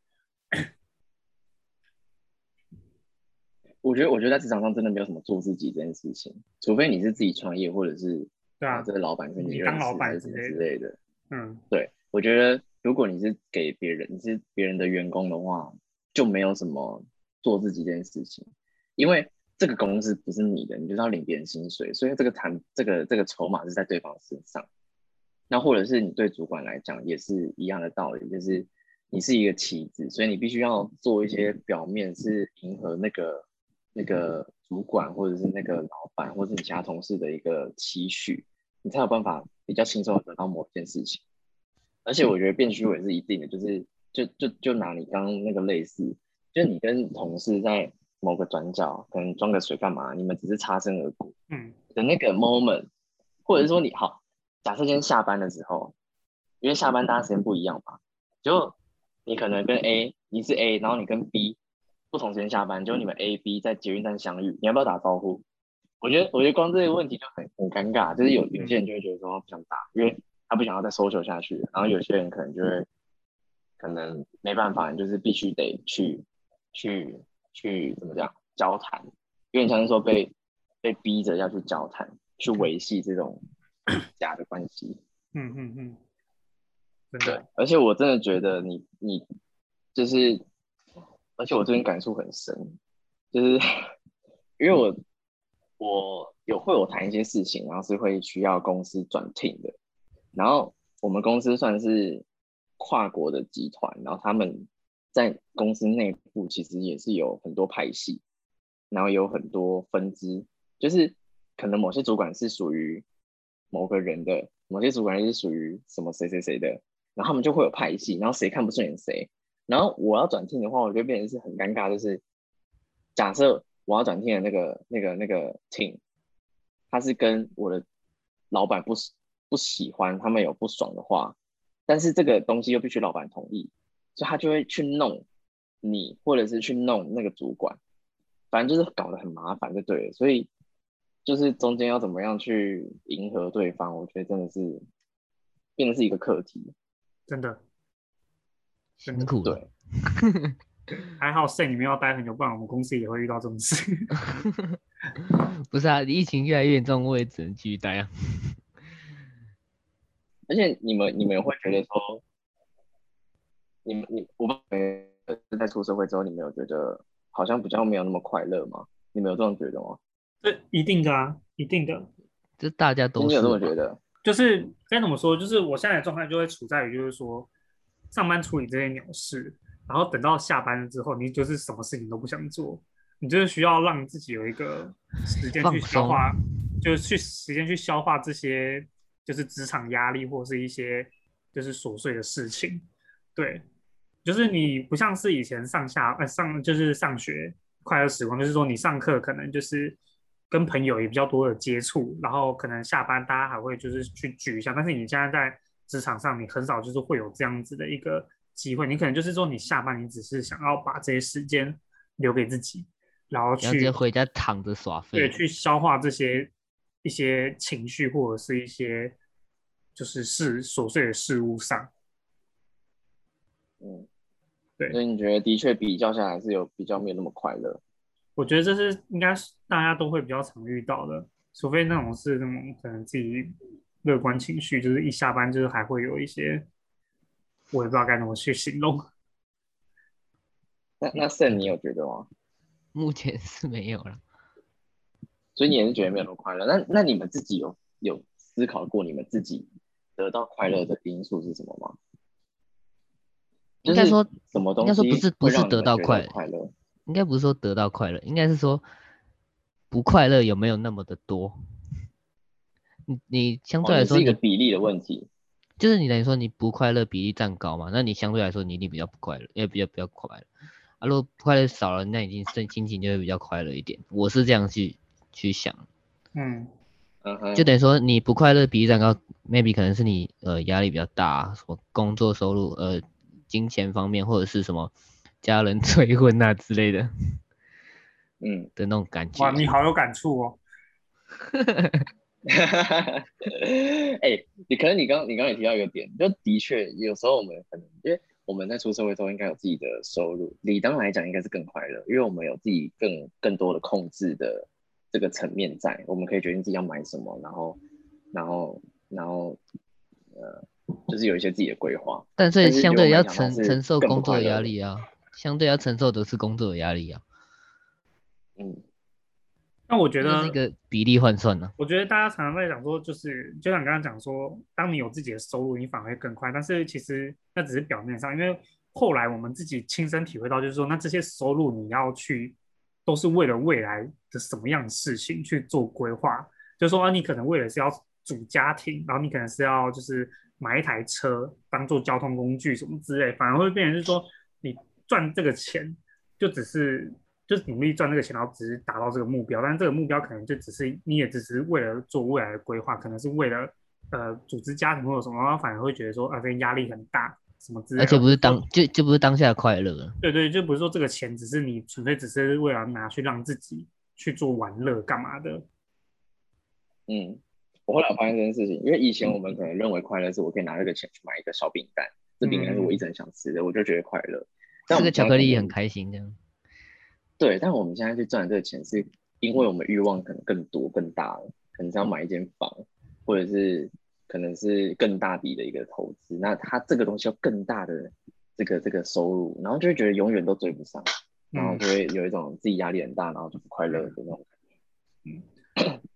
我觉得，我觉得在职场上真的没有什么做自己这件事情，除非你是自己创业，或者是呃， 对啊， 这个老板是你你当老认识还是什么板之类的。 之类的。 嗯， 对，我觉得如果你是给别人，你是别人的员工的话，就没有什么做自己这件事情，因为这个公司不是你的，你就是要领别人薪水，所以这个谈这个这个筹码是在对方身上。那或者是你对主管来讲也是一样的道理，就是你是一个棋子，所以你必须要做一些表面是迎合那个那个主管或者是那个老板或者是你其他同事的一个期许，你才有办法比较轻松的得到某件事情。而且我觉得变虚伪是一定的，就是就就就拿你刚刚那个类似，就是你跟同事在某个转角可能装个水干嘛，你们只是擦身而过嗯， 的那个 moment，或者是说你好，假设今天下班的时候，因为下班大家时间不一样嘛，就你可能跟 A，你是 A，然后你跟 B 不同时间下班，就你们 A、B 在捷运站相遇，你要不要打招呼？我觉得，我觉得光这个问题就很很尴尬，就是有有些人就会觉得说不想打，因为他不想要再 social 下去，然后有些人可能就会可能没办法，你就是必须得去去去怎么讲交谈，有点像是说被被逼着要去交谈，去维系这种假的关系。 嗯嗯嗯，真对， 的。 而且我真的觉得你你就是，而且我最近感触很深，就是因为我我有会有谈一些事情，然后是会需要公司转 team 的。然后我们公司算是跨国的集团，然后他们在公司内部其实也是有很多派系，然后有很多分支，就是可能某些主管是属于某个人的，某些主管是属于什么谁谁谁的，然后他们就会有派系，然后谁看不顺眼谁。然后我要转 team 的话，我就变成是很尴尬，就是假设我要转 team 的那个那个那个 team，他是跟我的老板不不喜欢，他们有不爽的话，但是这个东西又必须老板同意，所以他就会去弄你，或者是去弄那个主管，反正就是搞得很麻烦，就对了。所以就是中间要怎么样去迎合对方，我觉得真的是变成是一个课题。 真的真的辛苦了。 对， 对，还好 Sam 你们要待很久，不然我们公司也会遇到这种事。 不是啊，疫情越来越严重，我也只能继续待啊。 而且你们你们会觉得说，你们你我们在出社会之后，你们有觉得好像比较没有那么快乐吗？你们有这种觉得吗？ 这一定的啊，一定的。 这大家都你有这么是吧觉得？ 就是该怎么说？就是我现在的状态就会处在于，就是说上班处理这些鸟事，然后等到下班了之后，你就是什么事情都不想做，你就是需要让自己有一个时间去放松。 消化，就是去时间去消化这些就是职场压力或是一些就是琐碎的事情。对，就是你不像是以前上下呃上就是上学快乐时光，就是说你上课可能就是跟朋友也比较多的接触，然后可能下班大家还会就是去聚一下，但是你现在在职场上，你很少就是会有这样子的一个机会，你可能就是说你下班你只是想要把这些时间留给自己，然后然后直接去回家躺着耍对废。 去消化这些一些情绪或者是一些就是事琐碎的事物上， 嗯， 对。 所以你觉得的确比较下来是有比较没有那么快乐？ 我觉得这是应该是大家都会比较常遇到的，除非那种是那种可能自己乐观情绪，就是一下班就是还会有一些我也不知道该怎么去形容。 那那 Sam 你有觉得吗？ 目前是没有了。 所以你也是觉得没有那么快乐？那那你们自己有有思考过你们自己得到快乐的因素是什么吗？就是应该说， 什么东应该说不是西会不是让你们觉得到快乐， 得快乐？ 应该不是说得到快乐，应该是说不快乐有没有那么的多？你你相哦，你是一个对来说你比例的问题。 就是你等于说你不快乐比例占高嘛，那你相对来说你一定比较不快乐，也比较比较快乐啊。如果快乐少了，那已经心心情就会比较快乐一点。我是这样去去想， 嗯， 嗯哼， 就等于说你不快乐比例占高，maybe 可能是你呃压力比较大，什么工作收入呃金钱方面，或者是什么家人催婚啊之类的嗯， 的那种感哇， 觉。 你好有感触哦。 哎、你可能你刚你刚刚也提到一个点，就的确有时候我们可能因为我们在出社会之后应该有自己的收入，理当来讲应该是更快乐，因为我们有自己更更多的控制的这个层面在，我们可以决定自己要买什么，然后然后然后呃，就是有一些自己的规划， 但是但是相对要就没想到承承是更不受工作的快乐的。 压力啊，相对要承受的是工作的压力啊， 嗯， 那我觉这就是一得， 个比例换算呢、 我觉得大家常常在讲说，就是就像你刚刚讲说，当你有自己的收入，你反而会更快。但是其实那只是表面上，因为后来我们自己亲身体会到，就是说，那这些收入你要去，都是为了未来的什么样的事情去做规划。就是说，啊，你可能为了是要组家庭，然后你可能是要就是买一台车当做交通工具什么之类，反而会变成是说，你赚这个钱就只是就是努力赚这个钱，然后只是达到这个目标，但是这个目标可能就只是你也只是为了做未来的规划，可能是为了呃组织家庭或者什么，然后反而会觉得说啊这个压力很大什么之类的， 而且不是当说就就不是当下的快乐了。 对对，就不是说这个钱只是你纯粹只是为了拿去让自己去做玩乐干嘛的， 嗯，我后来发现这件事情，因为以前我们可能认为快乐是我可以拿这个钱去买一个小饼干，这饼干是我一嗯直很想吃的，我就觉得快乐。但吃个我们现巧克力也很在可能开心这样。 对，但我们现在去赚这个钱，是因为我们欲望可能更多、更大了，可能是要买一间房，或者是可能是更大笔的一个投资。那它这个东西要更大的这个这个收入，然后就会觉得永远都追不上，然后嗯就会有一种自己压力很大，然后就不快乐的那种感觉。 嗯，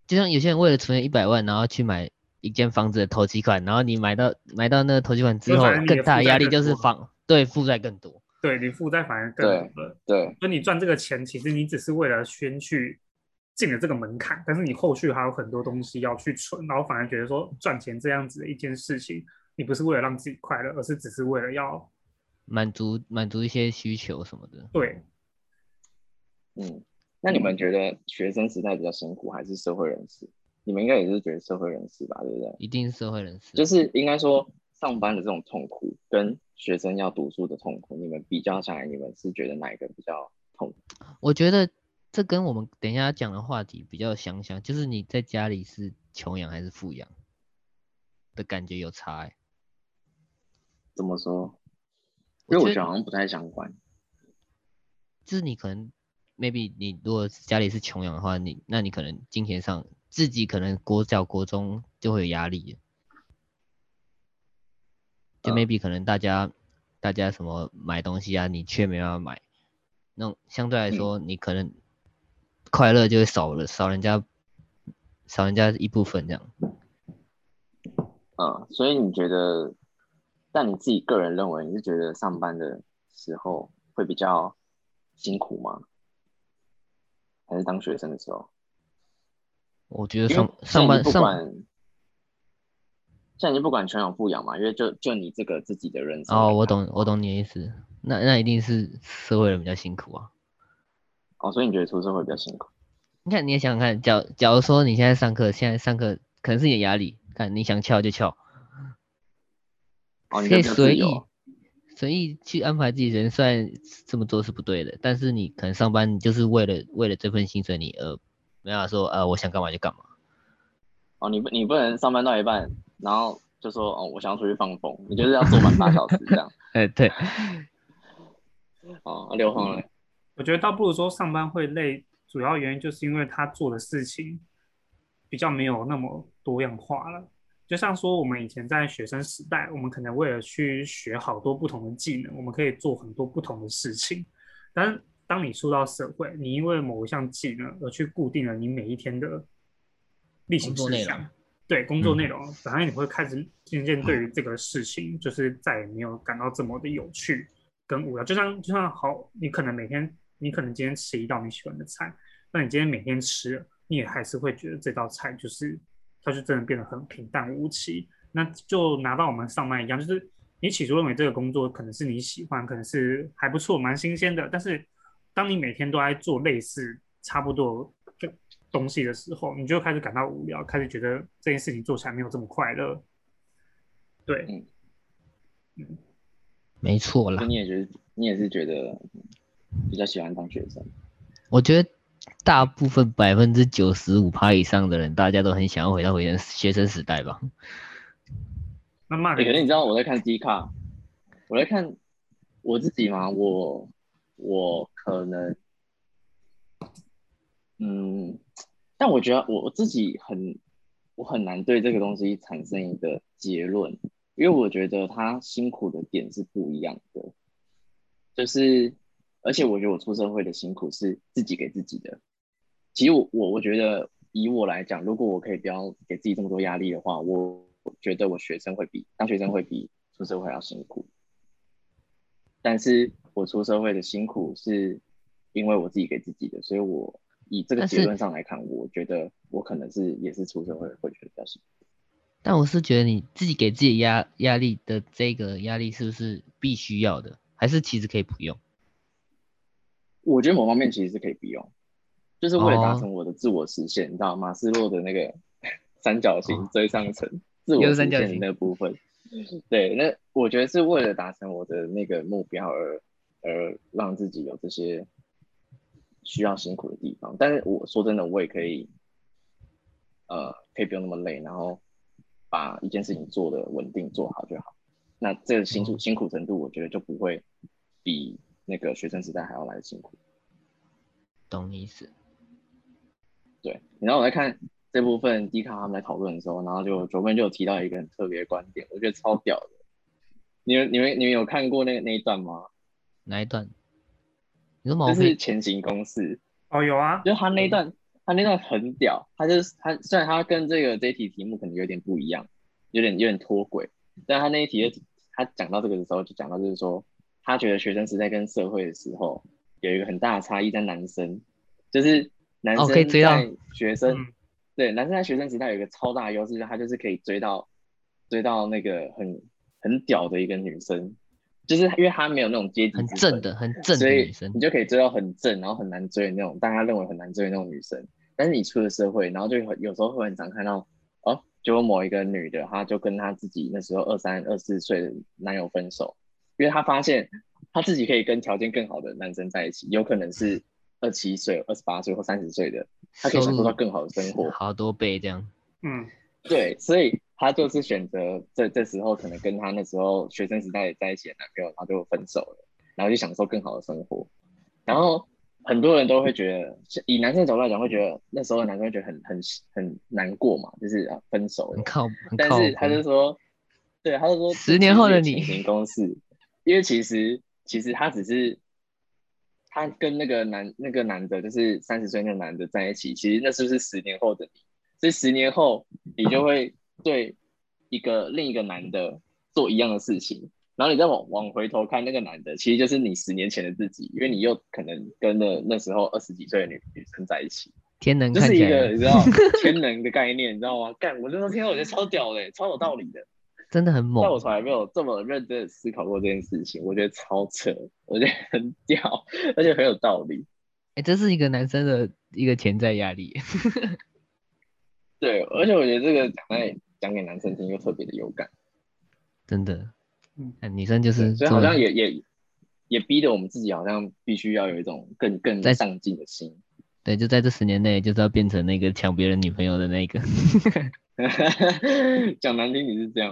就像有些人为了存一百万，然后去买一间房子的头期款，然后你买到买到那个头期款之后，更大的压力就是房对负债更多。 对，你负债反而更多了。 对， 所以你赚这个钱，其实你只是为了先去进了这个门槛，但是你后续还有很多东西要去存，然后反而觉得说赚钱这样子的一件事情，你不是为了让自己快乐，而是只是为了要满足满足一些需求什么的。 对， 嗯，那你们觉得学生时代比较辛苦，还是社会人士？你们应该也是觉得社会人士吧，对不对？ 一定是社会人士。 就是应该说上班的这种痛苦跟学生要读书的痛苦，你们比较下来，你们是觉得哪一个比较痛苦？ 我觉得这跟我们等一下讲的话题比较相像，就是你在家里是穷养还是富养的感觉有差、欸。 怎么说？因为我觉得好像不太相关。 就是你可能 maybe 你如果家里是穷养的话，你那你可能金钱上自己可能国小国中就会有压力，就 maybe 可能大家、嗯、大家什么买东西啊，你却没办法买，那种相对来说、嗯、你可能快乐就会少了，少人家少人家一部分这样。 嗯，所以你觉得，但你自己个人认为，你是觉得上班的时候会比较辛苦吗？还是当学生的时候？ 我觉得上上班不管，现在已经不管穷养富养嘛，因为就就你这个自己的人生。 哦，我懂，我懂你的意思。那那一定是社会人比较辛苦啊。 哦，所以你觉得出社会比较辛苦？ 你看，你也想想看，假假如说你现在上课，现在上课可能是你的压力，看你想翘就翘， 哦， 可以随意随意去安排自己人。虽然这么做是不对的，但是你可能上班，你就是为了为了这份薪水，你呃没办法说呃我想干嘛就干嘛。 哦，你不你不能上班到一半，然后就说哦我想要出去放风，你就是要做满八小时这样。 哎对。 哦，刘荒嘞， 我觉得倒不如说上班会累，主要原因就是因为他做的事情比较没有那么多样化了。就像说我们以前在学生时代，我们可能为了去学好多不同的技能，我们可以做很多不同的事情。但是当你出到社会，你因为某一项技能而去固定了你每一天的例行事项，对工作内容，嗯、反而你会开始渐渐对于这个事情，就是再也没有感到这么的有趣跟无聊。就像就像好，你可能每天，你可能今天吃一道你喜欢的菜，那你今天每天吃了，你也还是会觉得这道菜就是它就真的变得很平淡无奇。那就拿到我们上班一样，就是你起初认为这个工作可能是你喜欢，可能是还不错、蛮新鲜的，但是当你每天都在做类似差不多的东西的时候，你就开始感到无聊，开始觉得这件事情做起来没有这么快乐。对，嗯， 嗯没错啦。 你也觉得，你也是觉得比较喜欢当学生？ 我觉得大部分百分之九十五趴以上的人，大家都很想要回到回学生时代吧。 那骂人、欸，可是你知道我在看 D 卡，我在看我自己嘛，我我可能，嗯，但我觉得我自己很，我很难对这个东西产生一个结论，因为我觉得他辛苦的点是不一样的，就是而且我觉得我出社会的辛苦是自己给自己的。其实我我我觉得以我来讲，如果我可以不要给自己这么多压力的话，我觉得我学生会比当学生会比出社会还要辛苦。但是我出社会的辛苦是因为我自己给自己的，所以我以这个结论上来看，我觉得我可能是也是出社会会觉得比较辛苦。 但我是觉得你自己给自己压压力的这个压力是不是必须要的，还是其实可以不用？ 我觉得某方面其实是可以不用，就是为了达成我的自我实现，哦、你知道马斯洛的那个三角形最上层、哦、自我实现的那部分。对，那我觉得是为了达成我的那个目标而而让自己有这些需要辛苦的地方。但是我说真的，我也可以，呃，可以不用那么累，然后把一件事情做得稳定做好就好。那这个辛苦、哦、辛苦程度，我觉得就不会比那个学生时代还要来的辛苦。 懂你意思。 对，然后我在看这部分迪卡他们在讨论的时候，然后就九分就有提到一个很特别的观点，我觉得超屌的。你们、你们、你们有看过那个那一段吗？ 哪一段？你说毛就是前行公式。 哦，有啊。 就是他那一段， 他那段很屌，他就是他虽然他跟这个这一题题目可能有点不一样，有点有点脱轨，但他那一题他讲到这个的时候就讲到就是说，他觉得学生时代跟社会的时候有一个很大的差异在男生，就是男哦，可以生追到， 在学生、 嗯， 对男生在学生时代有一个超大的优势，就是他就是可以追到追到那个很很屌的一个女生，就是因为他没有那种阶级很之分， 正的，很正所以的女生你，就可以追到很正，然后很难追的那种，大家认为很难追的那种女生。但是你出了社会，然后就有时候会很常看到，哦，就有某一个女的，她就跟她自己那时候二三、二四岁的男友分手，因为她发现她自己可以跟条件更好的男生在一起，有可能是二七岁、二十八岁或三十岁的，她可以收入享受到更好的生活。 好多倍这样。 嗯， 对，所以她就是选择这这时候可能跟她那时候学生时代在一起的男朋友，然后就分手了，然后就享受更好的生活。然后很多人都会觉得，以男生的角度来讲，会觉得那时候的男生会觉得很很很难过嘛，就是啊分手了。 很靠很但是他就靠背。 说，对，他就说这十年后的你， 其实是一个潜行公式，因为其实其实他只是他跟那个男那个男的，就是三十岁那个男的在一起，其实那是不是十年后的你？所以十年后你就会对一个另一个男的做一样的事情，然后你再往往回头看那个男的，其实就是你十年前的自己，因为你又可能跟了那时候二十几岁的女女生在一起， 天能这是一看起来个你知道天能的概念，你知道吗？干，我那时候听到我觉得超屌的，超有道理的。 真的很但我猛。 从来没有这么认真的思考过这件事情，我觉得超扯，我觉得很屌，而且很有道理。 哎，这是一个男生的一个潜在压力。 对，而且我觉得这个讲在讲给男生听又特别的有感。 真的， 嗯哎女生就对， 是做所以好像也也也逼得我们自己好像必须要有一种更更在上进的心。 对，就在这十年内，就是要变成那个抢别人女朋友的那个。 讲难听你是这样，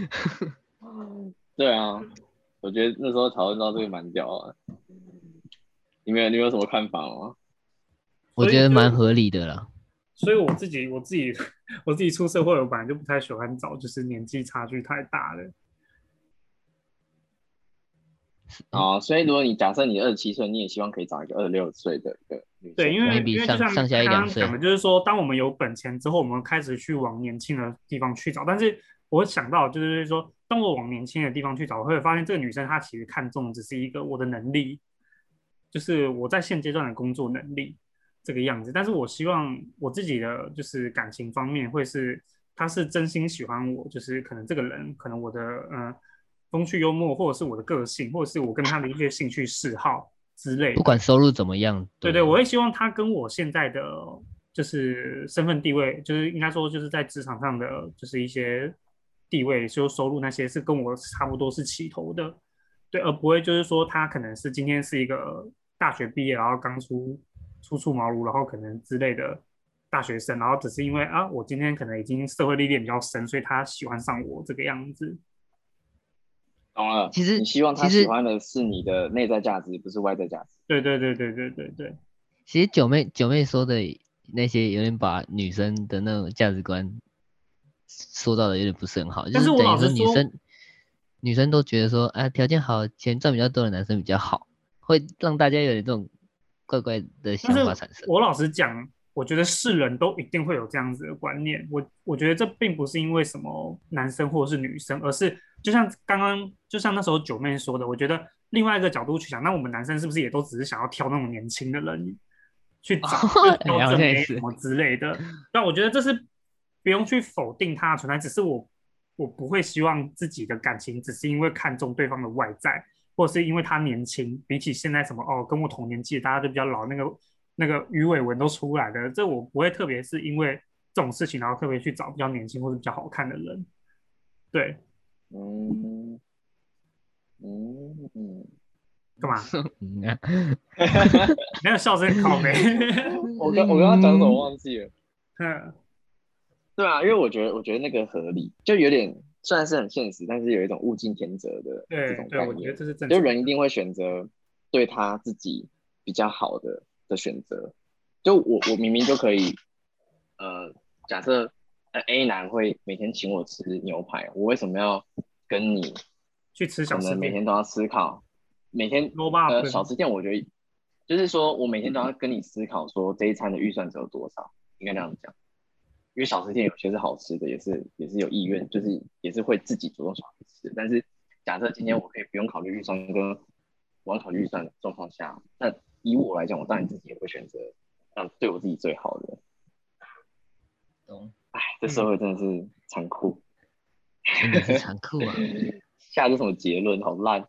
对啊，我觉得那时候讨论到这个蛮屌的。你们有你们有什么看法吗？ 我所以就觉得蛮合理的啦。 所以我自己我自己我自己出社会，我本来就不太喜欢找就是年纪差距太大的。 啊，所以如果你假设你二十七岁，你也希望可以找一个二十六岁的一个女对， 生， 因这样。 为 maybe 因为就像上上下刚一两岁。 刚讲的，就是说，当我们有本钱之后，我们开始去往年轻的地方去找。但是我会想到，就是说，当我往年轻的地方去找，我会发现这个女生她其实看重只是一个我的能力，就是我在现阶段的工作能力这个样子。但是我希望我自己的就是感情方面会是，她是真心喜欢我，就是可能这个人，可能我的呃风趣幽默，或者是我的个性，或者是我跟他的一些兴趣嗜好之类不管的。 收入怎么样， 对对，我会希望他跟我现在的就是身份地位，就是应该说就是在职场上的就是一些地位，就收入那些是跟我差不多是齐头的，对，而不会就是说他可能是今天是一个大学毕业，然后刚出初出茅庐，然后可能之类的大学生，然后只是因为啊，我今天可能已经社会历练比较深，所以他喜欢上我这个样子。 懂了， 其实你希望他其实喜欢的是你的内在价值，不是外在价值。 对对对对对对对， 其实九妹九妹说的那些，有点把女生的那种价值观说到的有点不是很好，就但是我是等于说老实说， 女生女生都觉得说，啊，条件好、钱赚比较多的男生比较好，会让大家有点这种怪怪的但是想法产生。 我老实讲，我觉得是人都一定会有这样子的观念。我我觉得这并不是因为什么男生或者是女生，而是就像刚刚，就像那时候九妹说的，我觉得另外一个角度去想，那我们男生是不是也都只是想要挑那种年轻的人去找，就是挑哎，好正像也是。 妹什么之类的？但我觉得这是不用去否定它的存在，只是我我不会希望自己的感情只是因为看重对方的外在。或者是因为他年轻，比起现在什么哦，跟我同年纪，大家都比较老，那个那个鱼尾纹都出来了，这我不会特别是因为这种事情，然后特别去找比较年轻或者比较好看的人。对， 嗯嗯嗯， 干嘛？ 嗯啊没有笑声靠背。 我刚我刚刚讲什么忘记了。 嗯， 对啊，因为我觉得我觉得那个合理，就有点虽然是很现实，但是有一种物竞天择的这对对， 种概念， 我觉得这是正就常的。 人一定会选择对他自己比较好的的选择。就我我明明就可以，呃，假设呃 A 男会每天请我吃牛排，我为什么要跟你去吃可小吃店， 能每天都要思考，每天罗巴呃小粉， 吃店我觉得就是说我每天都要跟你思考说这一餐的预算只有多少，应该这样讲。因为小吃店有些是好吃的，也是也是有意愿，就是也是会自己主动想去吃。但是假设今天我可以不用考虑预算跟我要考虑预算的状况下，那以我来讲，我当然自己也会选择让对我自己最好的。 懂？ 哎，这社会真的是残酷， 真的是残酷啊！ 下这什么结论，好烂。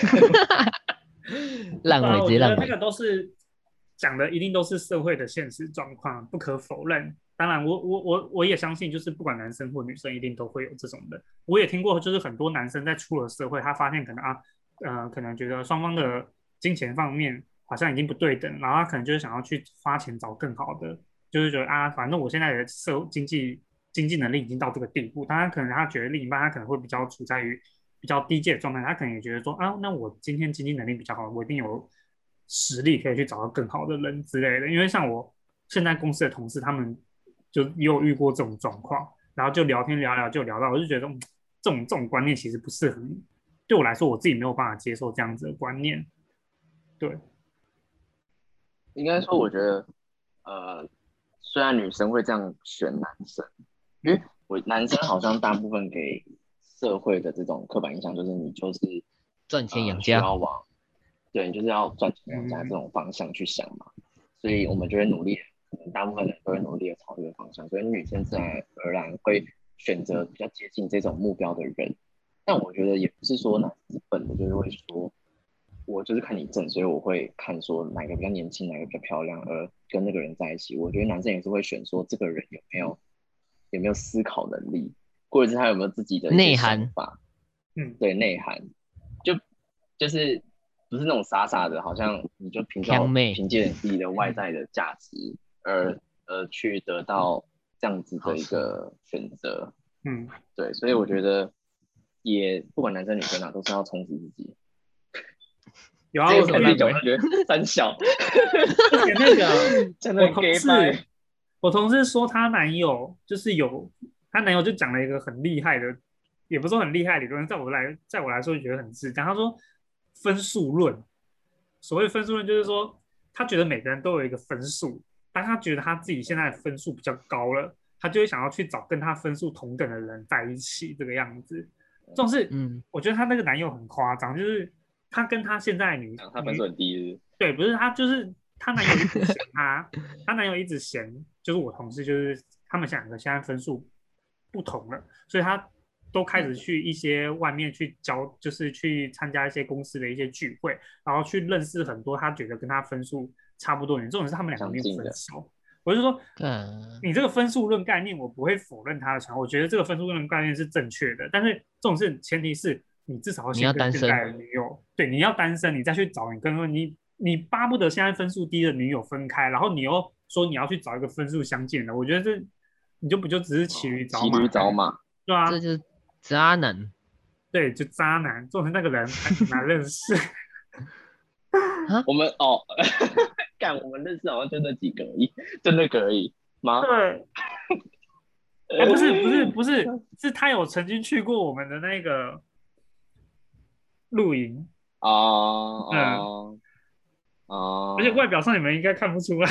烂尾，直接烂尾。 那个都是讲的，一定都是社会的现实状况，不可否认。当然我，我我我也相信，就是不管男生或女生，一定都会有这种的。我也听过，就是很多男生在出了社会，他发现可能啊，呃，可能觉得双方的金钱方面好像已经不对等，然后他可能就是想要去花钱找更好的，就是觉得啊，反正我现在的社经济经济能力已经到这个地步，当然可能他觉得另一半他可能会比较处在于比较低阶的状态，他可能也觉得说啊，那我今天经济能力比较好，我一定有实力可以去找到更好的人之类的。因为像我现在公司的同事，他们就也有遇过这种状况，然后就聊天聊聊就聊到，我就觉得、嗯、这种这种观念其实不是很对我来说，我自己没有办法接受这样子的观念。对， 应该说，我觉得，呃，虽然女生会这样选男生，因为我男生好像大部分给社会的这种刻板印象就是你就是赚钱养呃需家。 要往对，你就是要赚钱养家嗯， 这种方向去想嘛，所以我们就会努力，可能大部分人都会努力的朝这个方向，所以女生自然而然会选择比较接近这种目标的人。但我觉得也不是说男生是笨的，就是会说，我就是看你正，所以我会看说哪个比较年轻，哪个比较漂亮，而跟那个人在一起。我觉得男生也是会选说这个人有没有有没有思考能力，或者是他有没有自己的一些内涵想法， 嗯， 对内涵，就就是不是那种傻傻的，好像你就凭照强妹， 凭借你自己的外在的价值而而去得到这样子的一个选择。 嗯， 对，所以我觉得也不管男生女生啊，都是要充实自己。 有啊， 这个我之前看自己讲，觉得三小， 之前那个真的我同 gay 事， 拜。 我同事说她男友就是有，她男友就讲了一个很厉害的，也不是说很厉害的理论，在我来，在我来说就觉得很智障。他说分数论，所谓分数论就是说，他觉得每个人都有一个分数，当他觉得他自己现在的分数比较高了，他就会想要去找跟他分数同等的人在一起，这个样子。这种是， 嗯， 我觉得她那个男友很夸张，就是他跟他现在的女他分数女很低是不是对，不是他，就是她男友一直嫌她，她男友一直嫌，就是我同事，就是他们两个现在分数不同了，所以他都开始去一些外面去交，就是去参加一些公司的一些聚会，然后去认识很多他觉得跟他分数差不多的人。这种是他们两个没有相近的？ 分手，我就说。 干你这个分数论概念，我不会否认他的存在，我觉得这个分数论概念是正确的，但是这种事前提是你至少要你先要单身， 跟现在的女友，对，你要单身，你再去找你跟你你巴不得现在分数低的女友分开，然后你又说你要去找一个分数相近的，我觉得这你就不就只是骑驴找骑驴马， 找马。 对啊， 这就是渣男对，就渣男，做成那个人还很难认识。 啊！ 我们哦，干，我们认识好像就那几个而已，就那个而已吗？ 对，哎，不是不是不是，是他有曾经去过我们的那个露营， 哦嗯， 哦而且哦外表上你们应该看不出来。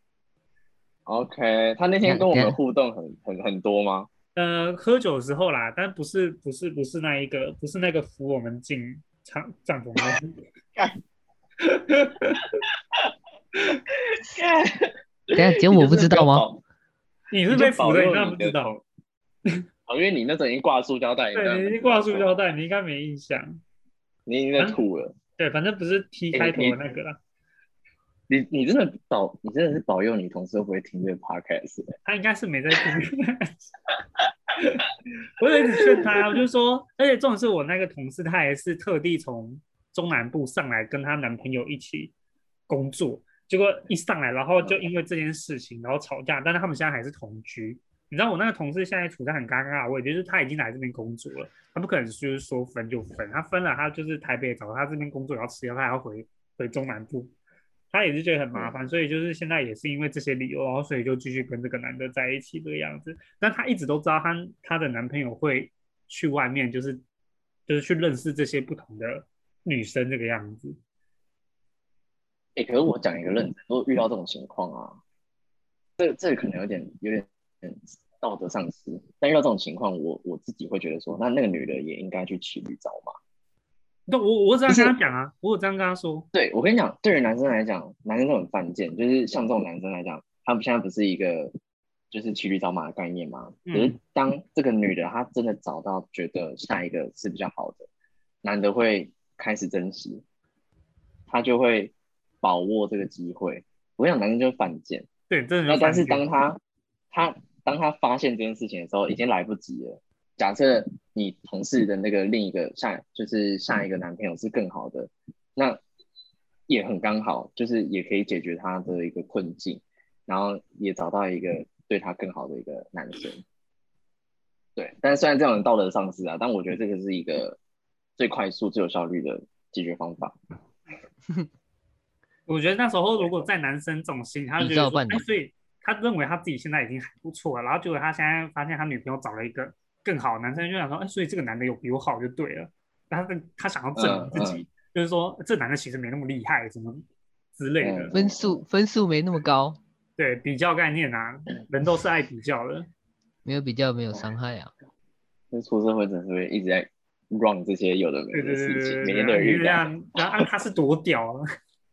，OK，他那等天跟我们下等下， 互动很很很多吗？ 呃，喝酒的时候啦，但不是不是不是那一个，不是那个扶我们进帐帐篷那干个。 干， 等下，节目我你就真的不不知道吗？ 要保， 你是你就被扶的，你保佑当然不知道。 你的同，哦，因为你那时候已经挂塑胶袋，你当然对，你已经不知道。 挂塑胶袋，你应该没印象。 你已经在反正吐了。 对，反正不是 T 哎、 开头的你那个啦， 你你真的保，你真的是保佑你同事会不会听这个 podcast？ 他应该是没在听。我有一直劝他，我就说，而且重点是我那个同事，她也是特地从中南部上来跟她男朋友一起工作，结果一上来，然后就因为这件事情，然后吵架，但是他们现在还是同居。你知道我那个同事现在处在很尴尬的位置，就是他已经来这边工作了，他不可能就是说分就分，他分了，他就是台北找他这边工作也要吃药，他还要回回中南部，他也是觉得很麻嗯， 烦，所以就是现在也是因为这些理由，然后所以就继续跟这个男的在一起这个样子。但她一直都知道她她的男朋友会去外面，就是就是去认识这些不同的女生这个样子。 哎、欸，可是我讲一个认真，如果遇到这种情况啊，这这个可能有点有点道德丧失，但遇到这种情况，我我自己会觉得说，那那个女的也应该去骑驴找马。 对，我我有这样跟他就是讲啊，我有这样跟他说。 对我跟你讲，对于男生来讲，男生都很犯贱，就是像这种男生来讲，他们现在不是一个就是骑驴找马的概念吗？可是嗯， 当这个女的她真的找到觉得下一个是比较好的，男的会开始珍惜，他就会把握这个机会。我跟你讲，男生就是犯贱。 对，真的那但是就犯贱。 当他他当他发现这件事情的时候，已经来不及了。假设你同事的那个另一个下就是下一个男朋友是更好的，那也很刚好，就是也可以解决他的一个困境，然后也找到一个对他更好的一个男生。对，但是虽然这样的道德丧失啊，但我觉得这个是一个最快速、最有效率的解决方法。 我觉得那时候如果在男生这种心，他就比觉得说，哎， 照办理。 所以他认为他自己现在已经很不错了，然后结果他现在发现他女朋友找了一个更好的男生，就想说，哎，所以这个男的有比我好就对了。然后他他想要证明嗯嗯自己，就是说这男的其实没那么厉害，什么之类的。 分数分数没那么高， 对，比较概念啊，人都是爱比较的。 没有比较没有伤害啊。 那出社会真的是会一直在 run 这些有的没对对对的事情， 对对对， 每天都啊， 有遇到。 你就这样，然后啊，他是多屌啊。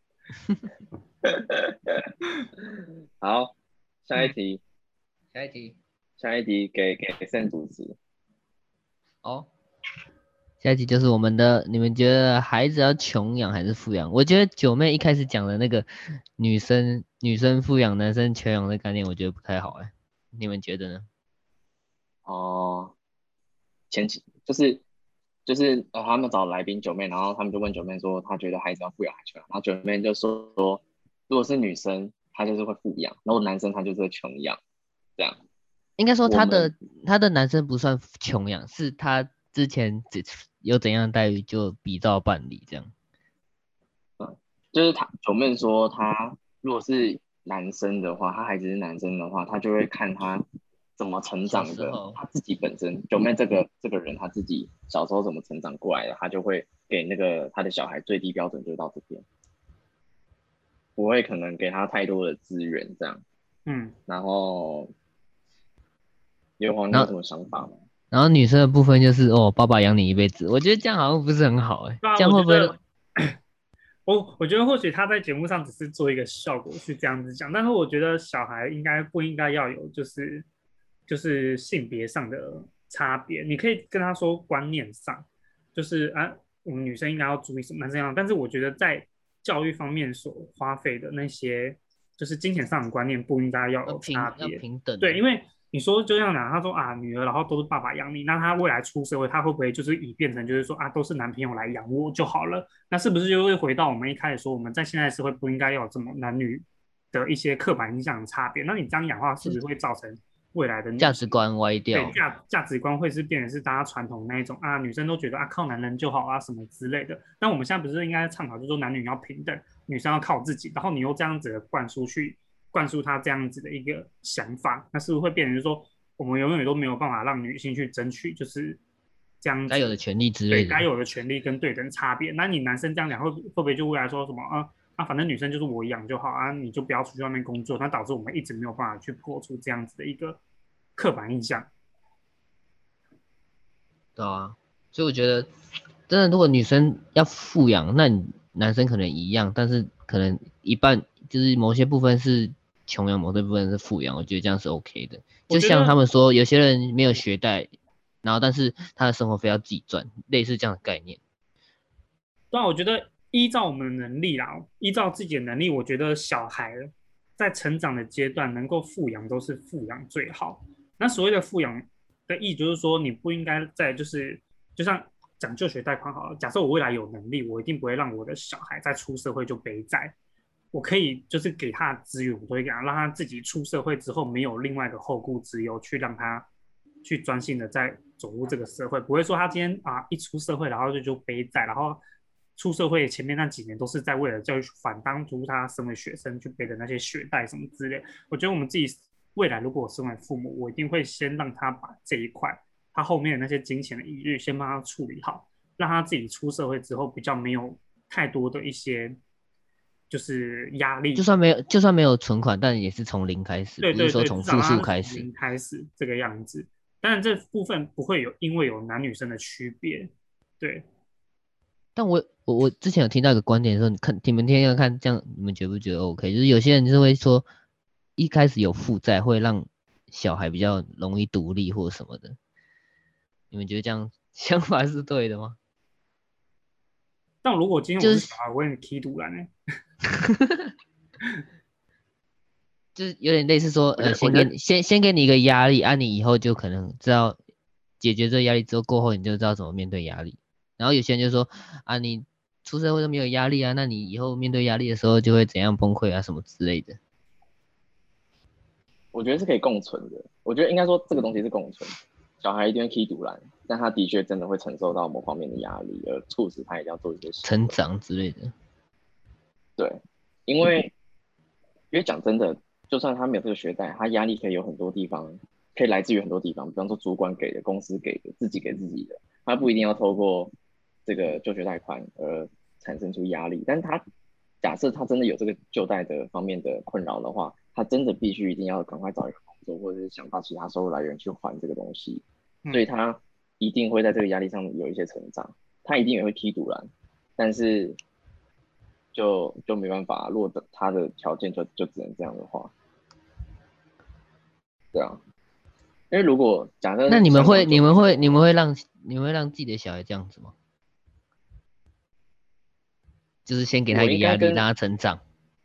好，下一嗯， 题， 下一题。 下一题给给圣主持。 哦，下一题就是我们的，你们觉得孩子要穷养还是富养？我觉得九妹一开始讲的那个女生女生富养，男生穷养的概念，我觉得不太好哎，你们觉得呢？ 哦，前期就是就是呃，他们找来宾九妹，然后他们就问九妹说，她觉得孩子要富养还是穷养？然后九妹就说说，如果是女生，她就是会富养，然后男生他就是会穷养，这样。 应该说我们他的他的男生不算穷养，是他之前只有怎样待遇就比照办理这样。 嗯，就是他九妹说，他如果是男生的话，他孩子是男生的话，他就会看他怎么成小长的， 时候， 他自己本身九妹这个这个人他自己小时候怎么成长过来的，他就会给那个他的小孩最低标准就到这边，不会可能给他太多的资源这样。 嗯， 然后刘皇，你然后有什么想法吗？ 然后女生的部分就是哦，爸爸养你一辈子，我觉得这样好像不是很好哎， 对啊， 这样会不会我觉得我我觉得或许他在节目上只是做一个效果去这样子讲，但是我觉得小孩应该不应该要有就是就是性别上的差别，你可以跟他说观念上，就是啊，我们女生应该要注意什么，男生要，但是我觉得在教育方面所花费的那些就是金钱上的观念不应该要要有差平要别。对， 平等啊？ 因为你说就像讲，他说啊，女儿然后都是爸爸养你，那他未来出社会，他会不会就是以变成就是说啊，都是男朋友来养我就好了？那是不是就会回到我们一开始说，我们在现在社会不应该要有这么男女的一些刻板印象的差别？那你这样养的话，是不是会造成未来的女性价值观歪掉？ 对价价值观会是变成是大家传统那一种啊，女生都觉得啊靠男人就好啊什么之类的？但我们现在不是应该倡导，就是说男女要平等，女生要靠自己，然后你又这样子的灌输去灌输他这样子的一个想法，那是不是会变成说我们永远都没有办法让女性去争取就是这样子该有的权利之类的。 对该有的权利跟对等差别？那你男生这样讲会会不会就未来说什么啊？啊，反正女生就是我养就好啊，你就不要出去外面工作，那导致我们一直没有办法去破除这样子的一个刻板印象。 对啊，所以我觉得，真的，如果女生要富养，那你男生可能一样，但是可能一半就是某些部分是穷养，某些部分是富养，我觉得这样是 OK 的。就像他们说，有些人没有学贷，然后但是他的生活费要自己赚，类似这样的概念。 对啊，我觉得依照我们的能力啦，依照自己的能力，我觉得小孩在成长的阶段能够富养都是富养最好。那所谓的富养的意，就是说你不应该在就是就像讲就学贷款好了，假设我未来有能力，我一定不会让我的小孩在出社会就背债。我可以就是给他的资源，我都会给他，让他自己出社会之后没有另外的后顾之忧，去让他去专心的在走入这个社会，不会说他今天啊一出社会然后就就背债，然后出社会前面那几年都是在为了教育反当初他身为学生去背的那些学贷什么之类。我觉得我们自己未来如果我身为父母，我一定会先让他把这一块他后面的那些金钱的疑虑先帮他处理好，让他自己出社会之后比较没有太多的一些就是压力。 就算没有就算没有存款，但也是从零开始，不是对对对，至说从负少让他是数开始。 从零开始这个样子。当然这部分不会有因为有男女生的区别，对。 但我我我之前有听到一个观点说，你看你们天天看这样，你们觉不觉得 OK？就是有些人就会说，一开始有负债会让小孩比较容易独立或什么的。你们觉得这样想法是对的吗？ 但如果今天就是我是小孩，我会踢赌篮呢。 就是有点类似说，呃， 我觉得我觉得先给你先先给你一个压力，啊，你以后就可能知道解决这个压力之后，过后你就知道怎么面对压力。然后有些人就说，啊，你出社会都没有压力啊，那你以后面对压力的时候就会怎样崩溃啊，什么之类的。 我觉得是可以共存的。我觉得应该说这个东西是共存。小孩一定会踢独篮，但他的确真的会承受到某方面的压力，而促使他一定要做一些行成为。 长之类的。 对，因为因为讲真的，就算他没有这个学贷，他压力可以有很多地方，可以来自于很多地方，比方说主管给的、公司给的、自己给自己的，他不一定要透过这个就学贷款而产生出压力。但他假设他真的有这个就贷的方面的困扰的话，他真的必须一定要赶快找一个工作，或者是想到其他收入来源去还这个东西，所以嗯， 他一定会在这个压力上有一些成长，他一定也会踢赌篮，但是就就没办法，如果他的条件就就只能这样的话，对啊，因为如果假设那你们像刚会你们刚九妹的话， 会你们会让你们会让自己的小孩这样子吗？就是先给他我一个压力，让应该跟他成长。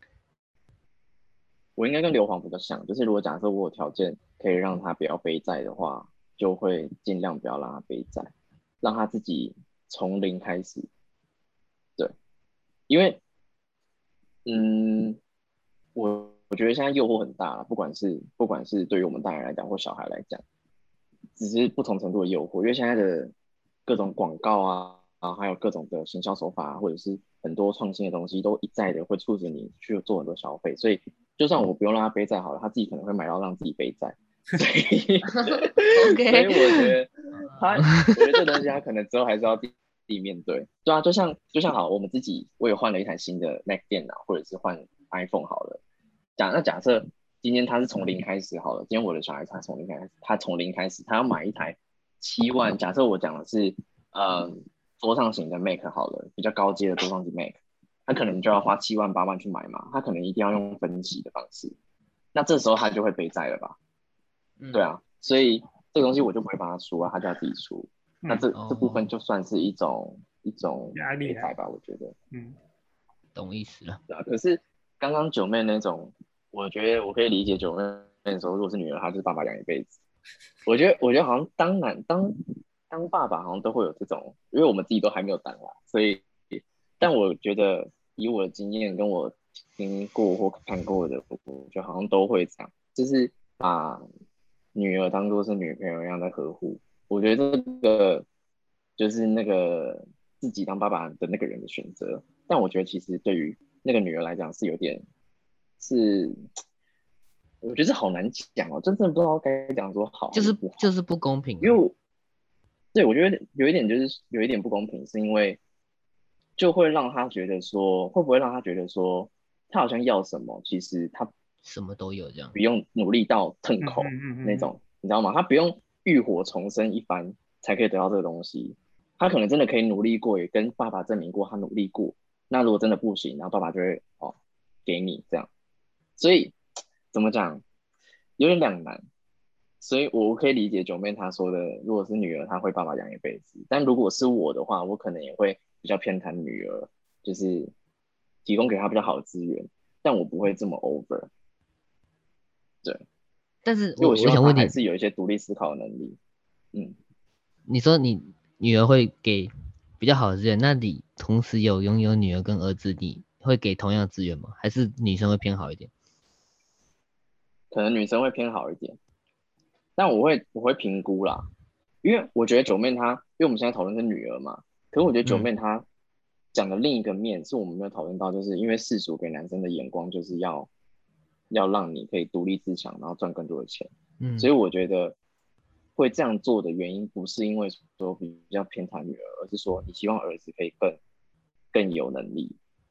我应该跟硫磺比较像，就是如果假设我有条件可以让他不要背债的话，就会尽量不要让他背债，让他自己从零开始。对，因为嗯，我我觉得现在诱惑很大了，不管是不管是对于我们大人来讲或小孩来讲，只是不同程度的诱惑。因为现在的各种广告啊啊，还有各种的行销手法啊，或者是很多创新的东西，都一再的会促使你去做很多消费。所以，就算我不用让他背债好了，他自己可能会买到让自己背债。所以，所以 OK。 我觉得他，我觉得这东西他可能之后还是要自己面对。对啊，就像就像好，我们自己我也换了一台新的 Mac 电脑，或者是换 iPhone 好了。假那假设今天他是从零开始好了，今天我的小孩他从零开始，他从零开始，他要买一台七万，假设我讲的是呃桌上型的 Mac 好了，比较高阶的桌上型 Mac，他可能就要花七万八万去买嘛，他可能一定要用分期的方式，那这时候他就会背债了吧？ 嗯， 对啊，所以这个东西我就不会帮他出啊，他就要自己出。那嗯， 这这部分哦， 就算是一种一种压力啊。 背债吧，我觉得。 嗯， 懂意思了。 对啊，可是刚刚九妹那种，我觉得我可以理解九妹那时候，如果是女儿，她就是爸爸养一辈子。我觉得，我觉得好像当男当当爸爸好像都会有这种，因为我们自己都还没有当啦，所以，但我觉得以我的经验跟我听过或看过的，我觉得好像都会这样，就是把女儿当做是女朋友一样的呵护。我觉得这个就是那个自己当爸爸的那个人的选择，但我觉得其实对于那个女儿来讲是有点是，我觉得这好难讲哦，真正不知道该讲说好就是还是不好， 就是不公平啊。 因为我对我觉得有一点就是有一点不公平，是因为就会让他觉得说，会不会让他觉得说，他好像要什么，其实他什么都有这样。 不用努力到腾嗯嗯口嗯嗯嗯， 那种，你知道吗？他不用浴火重生一番才可以得到这个东西，他可能真的可以努力过，也跟爸爸证明过他努力过。那如果真的不行，然后爸爸就会哦给你这样，所以怎么讲，有点两难。所以我可以理解九妹她说的，如果是女儿，她会爸爸养一辈子；但如果是我的话，我可能也会比较偏袒女儿，就是提供给她比较好的资源，但我不会这么 over。对， 但是我因为我希望她还我想问你， 是有一些独立思考的能力。嗯， 你说你女儿会给比较好的资源，那你同时有拥有女儿跟儿子，你会给同样的资源吗？还是女生会偏好一点？ 可能女生会偏好一点，但我会我会评估啦，因为我觉得九妹她，因为我们现在讨论是女儿嘛，可是我觉得九嗯妹她讲的另一个面是我们没有讨论到，就是因为世俗给男生的眼光就是要要让你可以独立自强，然后赚更多的钱，所嗯。 以我觉得会这样做的原因不是因为说比较偏袒女儿，而是说你希望儿子可以更更有能力，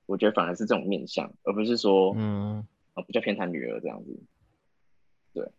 我觉得反而是这种面向，而不是说嗯， 啊比较偏袒女儿这样子。对，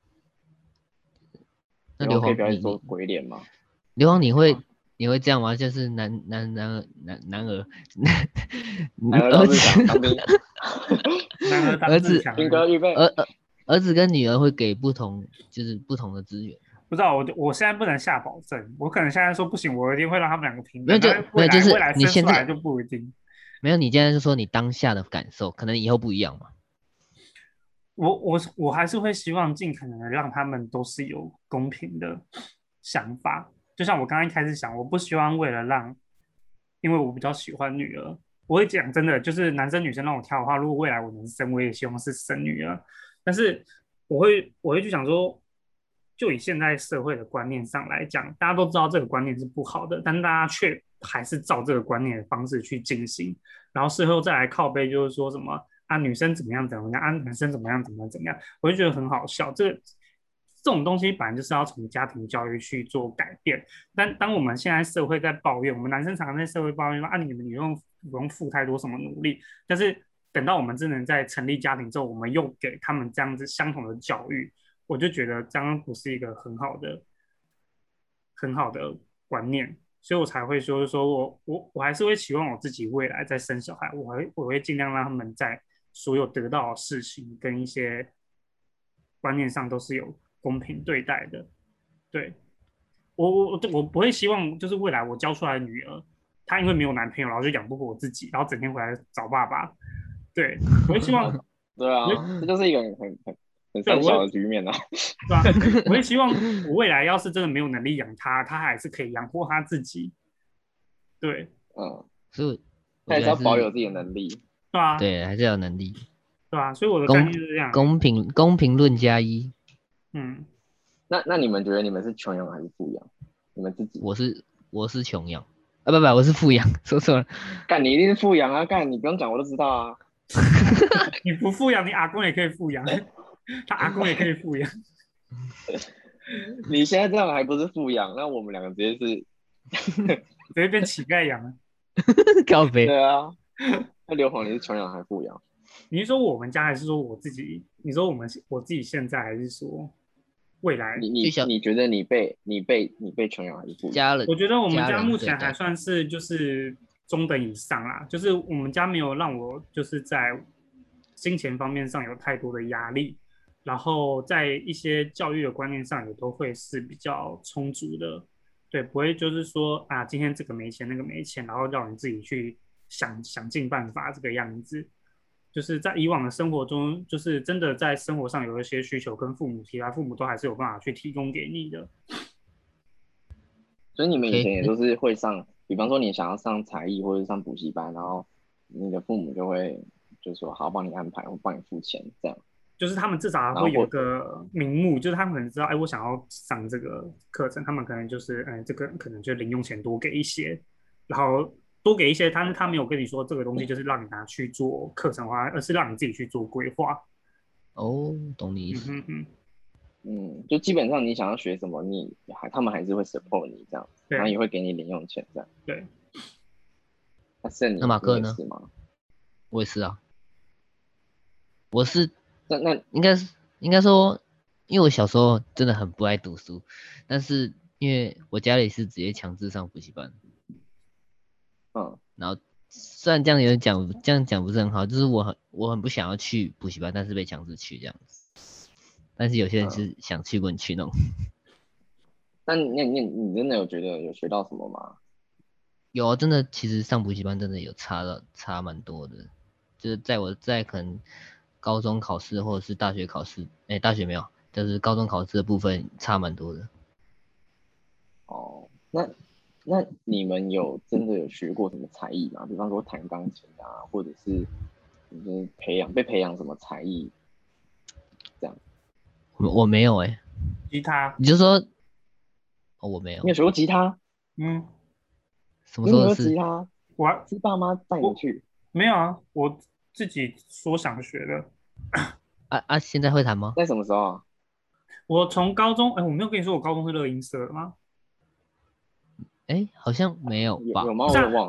那刘刘皇可以不要说皇你你鬼脸吗？ 刘皇你会你会这样吗？就是男男男儿男男儿男儿儿子当自强，当兵， 男儿当儿子自强。 兵哥预备。 儿儿儿子跟女儿会给不同就是不同的资源。 不知道，我我现在不能下保证，我可能现在说不行，我一定会让他们两个平等， 没有就但是未没有就是来未来你现在生出来就不一定。 没有，你现在是说你当下的感受，可能以后不一样嘛？ 我我我还是会希望尽可能的让他们都是有公平的想法。就像我刚刚一开始想，我不希望为了让，因为我比较喜欢女儿，我会讲真的，就是男生女生让我挑的话，如果未来我能生，我也希望是生女儿。但是我会我会去想说，就以现在社会的观念上来讲，大家都知道这个观念是不好的，但是大家却还是照这个观念的方式去进行，然后事后再来靠背，就是说什么啊女生怎么样怎么样，啊男生怎么样怎么样怎么样，我就觉得很好笑。这个这种东西本来就是要从家庭教育去做改变，但当我们现在社会在抱怨，我们男生常常在社会抱怨说啊你们女用不用付太多什么努力，但是等到我们真的在成立家庭之后，我们又给他们这样子相同的教育，我就觉得这样不是一个很好的很好的观念，所以我才会说说我我我还是会期望我自己未来在生小孩，我会我会尽量让他们在所有得到的事情跟一些观念上都是有公平对待的。对我我我不会希望就是未来我教出来的女儿，她因为没有男朋友，然后就养不活我自己，然后整天回来找爸爸。对，我会希望， 对啊，这就是一个很很很很三小的局面啊。 对吧？我会希望我未来要是真的没有能力养他，他还是可以养活他自己。对， 嗯， 所以他也是要我觉得保有自己的能力。 对啊， 对，还是要有能力。 对啊，所以我的概公念就是这样。 公平公平论加一。 嗯， 那那你们觉得你们是穷养还是富养？你们自己？ 我是我是穷养啊，不不，我是富养，说错了。 干，你一定是富养啊！干，你不用讲我都知道啊。 你不富养，你阿公也可以富养，他阿公也可以富养。 你现在这样还不是富养？那我们两个直接是， 直接变乞丐养了。 靠背。 对啊。那刘皇你是穷养还是富养？ 你是说我们家，还是说我自己？你说我们我自己现在，还是说未来？ 你你你觉得你被你被你被穷养还是富养？ 家人， 我觉得我们家目前家人这代还算是就是中等以上啦，就是我们家没有让我就是在金钱方面上有太多的压力，然后在一些教育的观念上也都会是比较充足的，对，不会就是说啊今天这个没钱那个没钱，然后让你自己去想想尽办法这个样子。就是在以往的生活中，就是真的在生活上有一些需求跟父母提来，父母都还是有办法去提供给你的。 所以你们以前也 OK， 都是会上，比方说你想要上才艺或者上补习班，然后你的父母就会就说好帮你安排，或帮你付钱这样。 就是他们至少会有一个名目，就是他们可能知道，哎，我想要上这个课程，他们可能就是，哎，这个可能就零用钱多给一些，然后多给一些，但是他没有跟你说这个东西就是让你拿去做课程化，而是让你自己去做规划。 哦，懂你意嗯思。 哼哼， 嗯，就基本上你想要学什么，你还他们还是会 support 你这样，然后也会给你零用钱这样。 对。 那是你那马克呢？ 是吗？ 我也是啊，我是那那应该是应该说，因为我小时候真的很不爱读书，但是因为我家里是直接强制上补习班， 嗯， 然后虽然这样有点讲这样讲不是很好，就是我很我很不想要去补习班，但是被强制去这样子。但是有些人是想去滚去那种。 那你你你真的有觉得有学到什么吗？ 有啊，真的，其实上补习班真的有差到差蛮多的，就是在我在可能高中考试或者是大学考试，哎，大学没有，就是高中考试的部分差蛮多的。 哦，那那你们有真的有学过什么才艺吗？比方说弹钢琴啊，或者是就是培养被培养什么才艺这样？ 我我没有哎、欸， 吉他。 你就说，哦，我没有你有，学过吉他？ 嗯， 什么你有学过时候的事？ 吉他？ 我是爸妈带你去？ 没有啊，我自己说想学的。 啊啊，现在会弹吗？ 在什么时候啊？ 我从高中，哎，我没有跟你说我高中是乐音社的吗？ 哎，好像没有吧？ 有有吗？ 不是啊， 我也忘了。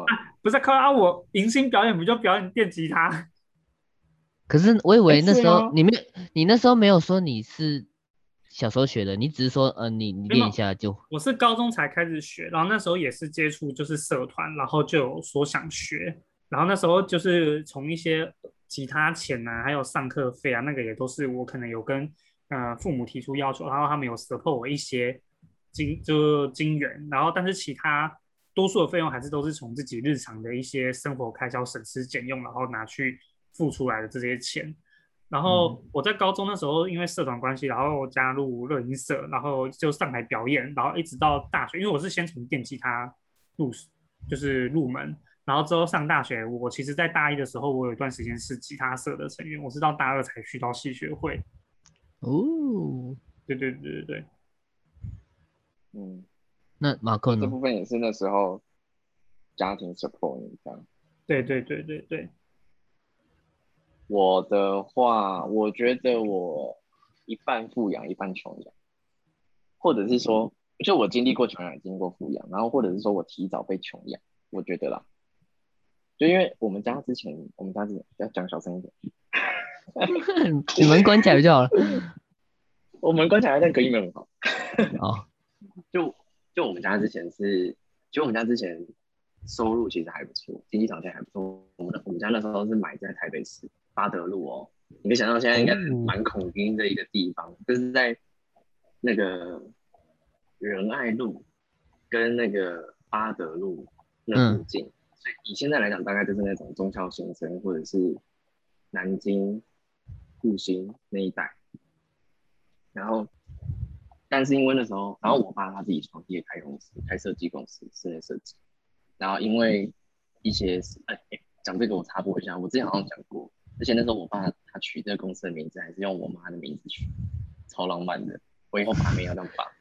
不是靠啊，我迎新表演不就表演电吉他？ 可是我以为那时候是吗？ 你没有，你那时候没有说你是小时候学的，你只是说呃你你没有， 练一下就。 我是高中才开始学，然后那时候也是接触就是社团，然后就有说想学，然后那时候就是从一些吉他钱啊，还有上课费啊，那个也都是我可能有跟呃父母提出要求，然后他们有 support 我一些金就金源，然后但是其他多数的费用还是都是从自己日常的一些生活开销省吃俭用，然后拿去付出来的这些钱。然后我在高中那时候，因为社团关系，然后加入乐音社，然后就上台表演，然后一直到大学，因为我是先从电吉他入，就是入门，然后之后上大学，我其实在大一的时候，我有一段时间是吉他社的成员，我是到大二才去到系学会。 哦， 对对对对对嗯， 那马克呢？ 这部分也是那时候家庭 support 你这样。 对对对对对， 我的话，我觉得我一半富养，一半穷养，或者是说，就我经历过穷养，也经历过富养，然后或者是说我提早被穷养，我觉得啦，就因为我们家之前，我们家之前要讲小声一点， 你们关起来就好了。 我们观察来但隔音没有很好， 哦， 就就我们家之前是，就我们家之前收入其实还不错，经济条件还不错。我们我们家那时候是买在台北市八德路哦，你可以想象现在应该是哦， 蛮恐惊的一个地方，就是在那个仁爱路跟那个八德路那附嗯， 近，所以以现在来讲，大概就是那种中校新生或者是南京、复兴那一带。然后，但是因为那时候，然后我爸他自己创业开公司，开设计公司，室内设计。然后因为一些，哎，哎讲这个我插播一下，我之前好像讲过，而且那时候我爸他取这个公司的名字还是用我妈的名字取，超浪漫的。我以后把名要这样绑。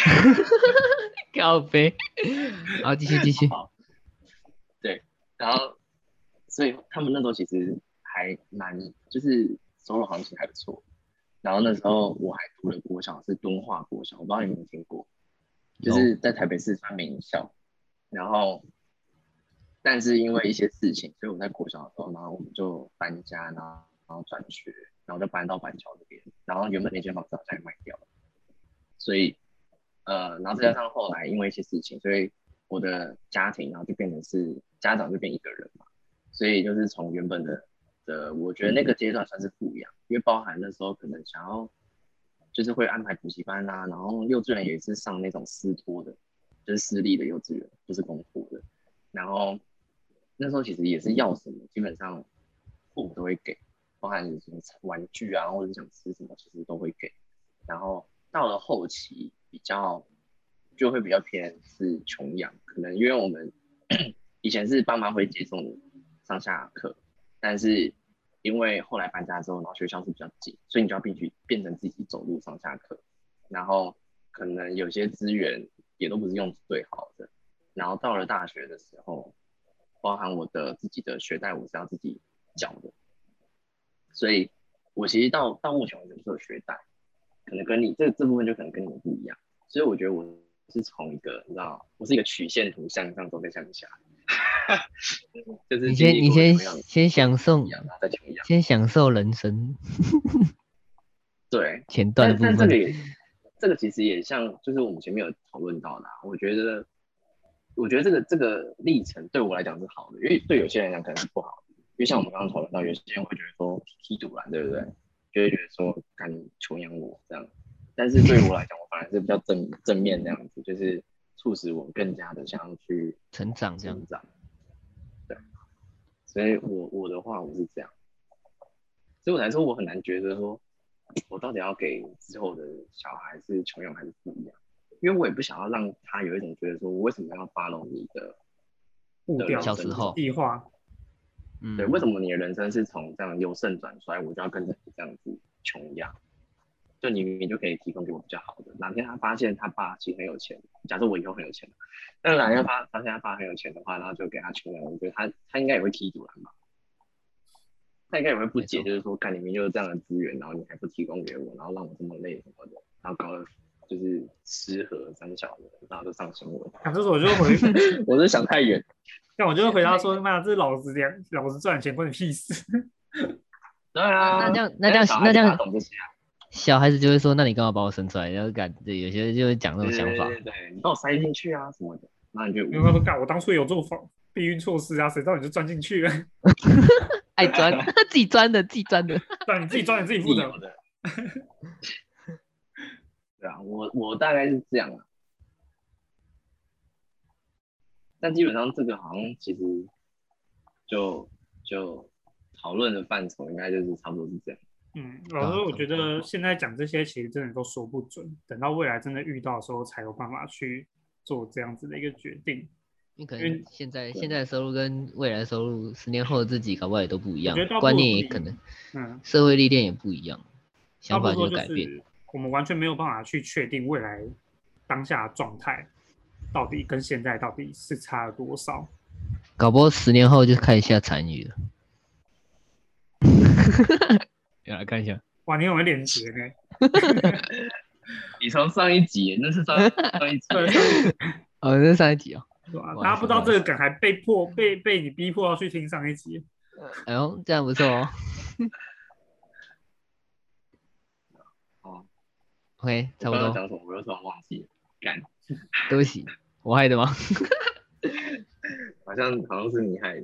告别。好，继续继续。 好，对，然后所以他们那时候其实还蛮，就是收入行情还不错。然后那时候我还读了国小，是敦化国小，我不知道你有没有听过，就有。 是在台北市算名校。然后，但是因为一些事情，所以我在国小的时候，然后我们就搬家，然后然后转学，然后就搬到板桥这边。然后原本那间房子好像也卖掉了，所以呃，然后再加上后来因为一些事情，所以我的家庭然后就变成是家长就变一个人嘛，所以就是从原本的的，我觉得那个阶段算是富养，因为包含那时候可能想要就是会安排补习班啊，然后幼稚园也是上那种私托的，就是私立的幼稚园，不是公托的。然后那时候其实也是要什么，基本上父母都会给，包含什么玩具啊，或者是想吃什么，其实都会给。然后到了后期比较就会比较偏是穷养，可能因为我们以前是爸妈会接送你上下课，但是因为后来搬家之后，然后学校是比较近，所以你就要必须变成自己走路上下课，然后可能有些资源也都不是用最好的，然后到了大学的时候，包含我的自己的学贷我是要自己缴的，所以我其实到到目前为止是有学贷，可能跟你这这部分就可能跟你们不一样，所以我觉得我是从一个你知道，我是一个曲线图向上走在向下，就是你经历先你先过同样先享受， 一样，然后再穷一样。 先享受人生对， 前段的但部分。 但这个也这个其实也像就是我们前面有讨论到的、啊，我觉得我觉得这个这个历程对我来讲是好的，因为对有些人来讲可能是不好的。因为像我们刚刚讨论到，有些人会觉得说踢赌篮，对不对？就会觉得说赶紧穷养我这样。但是对于我来讲，我反而是比较正正面这样子，就是促使我更加的想要去成长这样。 成长。对，所以我我的话我是这样，所以我才说我很难觉得说，我到底要给之后的小孩是穷养还是富养，因为我也不想要让他有一种觉得说我为什么要 follow 你的步调小时候计划， 嗯， 对，为什么你的人生是从这样由盛转衰，我就要跟着你这样子穷养？就你明明就可以提供给我比较好的，哪天他发现他爸其实很有钱，假设我以后很有钱，但哪天他发现他爸很有钱的话，然后就给他穷养，我觉得他他应该也会踢赌篮吧，他应该也会不解，就是说，干你明明就是这样的资源，然后你还不提供给我，然后让我这么累什么的，然后搞得就是失和三小的，然后就上新闻。 啊，这时候我就回， 我是想太远。 但我就会回答说，妈，这老子两老子赚钱关你屁事。 对啊， 那这样那这样那这样懂这些啊。 小孩子就会说，那你干嘛把我生出来？然后感觉有些人就会讲这种想法。 对对对，你把我塞进去啊什么的，那你就因为他说，干，我当初有做防避孕措施啊，谁知道你就钻进去了？ 爱钻，自己钻的，自己钻的。 对，你自己钻，你自己负责的。对啊，我我大概是这样啊。但基本上这个好像其实就就讨论的范畴应该就是差不多是这样。 嗯，老师，我觉得现在讲这些其实真的都说不准，等到未来真的遇到的时候才有办法去做这样子的一个决定。 你可能现在现在的收入跟未来的收入，十年后的自己搞不好也都不一样，观念也可能，嗯，社会历练也不一样，想法就改变。 我们完全没有办法去确定未来当下的状态到底跟现在到底是差了多少， 搞不好十年后就看一下残余了。来看一下， 哇，你有没有连结呢？ 你从上一集，那是上上一集， 哦，那是上一集哦。 大家不知道这个梗，还被迫被被你逼迫要去听上一集。 哎呦，这样不错哦。 哦 ，OK， 差不多。 讲什么？我又突然忘记了，干。 对不起，我害的吗？ 好像好像是你害的。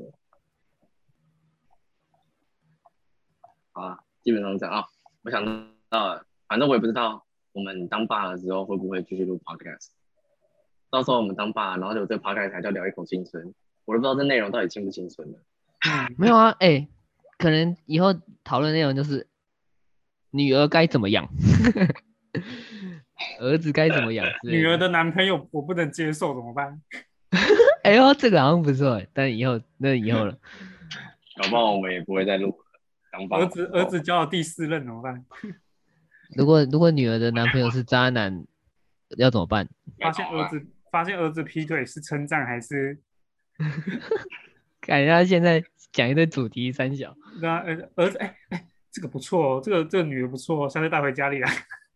好啊，基本上这样啊。我想到了，反正我也不知道我们当爸的时候会不会继续录 podcast。到时候我们当爸，然后有这个 podcast 才叫聊一口青春，我都不知道这内容到底青不青春的。 没有啊，哎、欸，可能以后讨论内容就是女儿该怎么养，儿子该怎么养。 女儿的男朋友我不能接受怎么办？ 哎呦，这个好像不错哎，但以后那以后了， 搞不好我们也不会再录。 儿子儿子交了第四任怎么办？ 如果如果女儿的男朋友是渣男，要怎么办？ 发现儿子发现儿子劈腿是称赞还是？ 感觉他现在讲一堆主题三小。 对啊，儿子哎哎，这个不错哦，这个这个女的不错哦，下次带回家里来。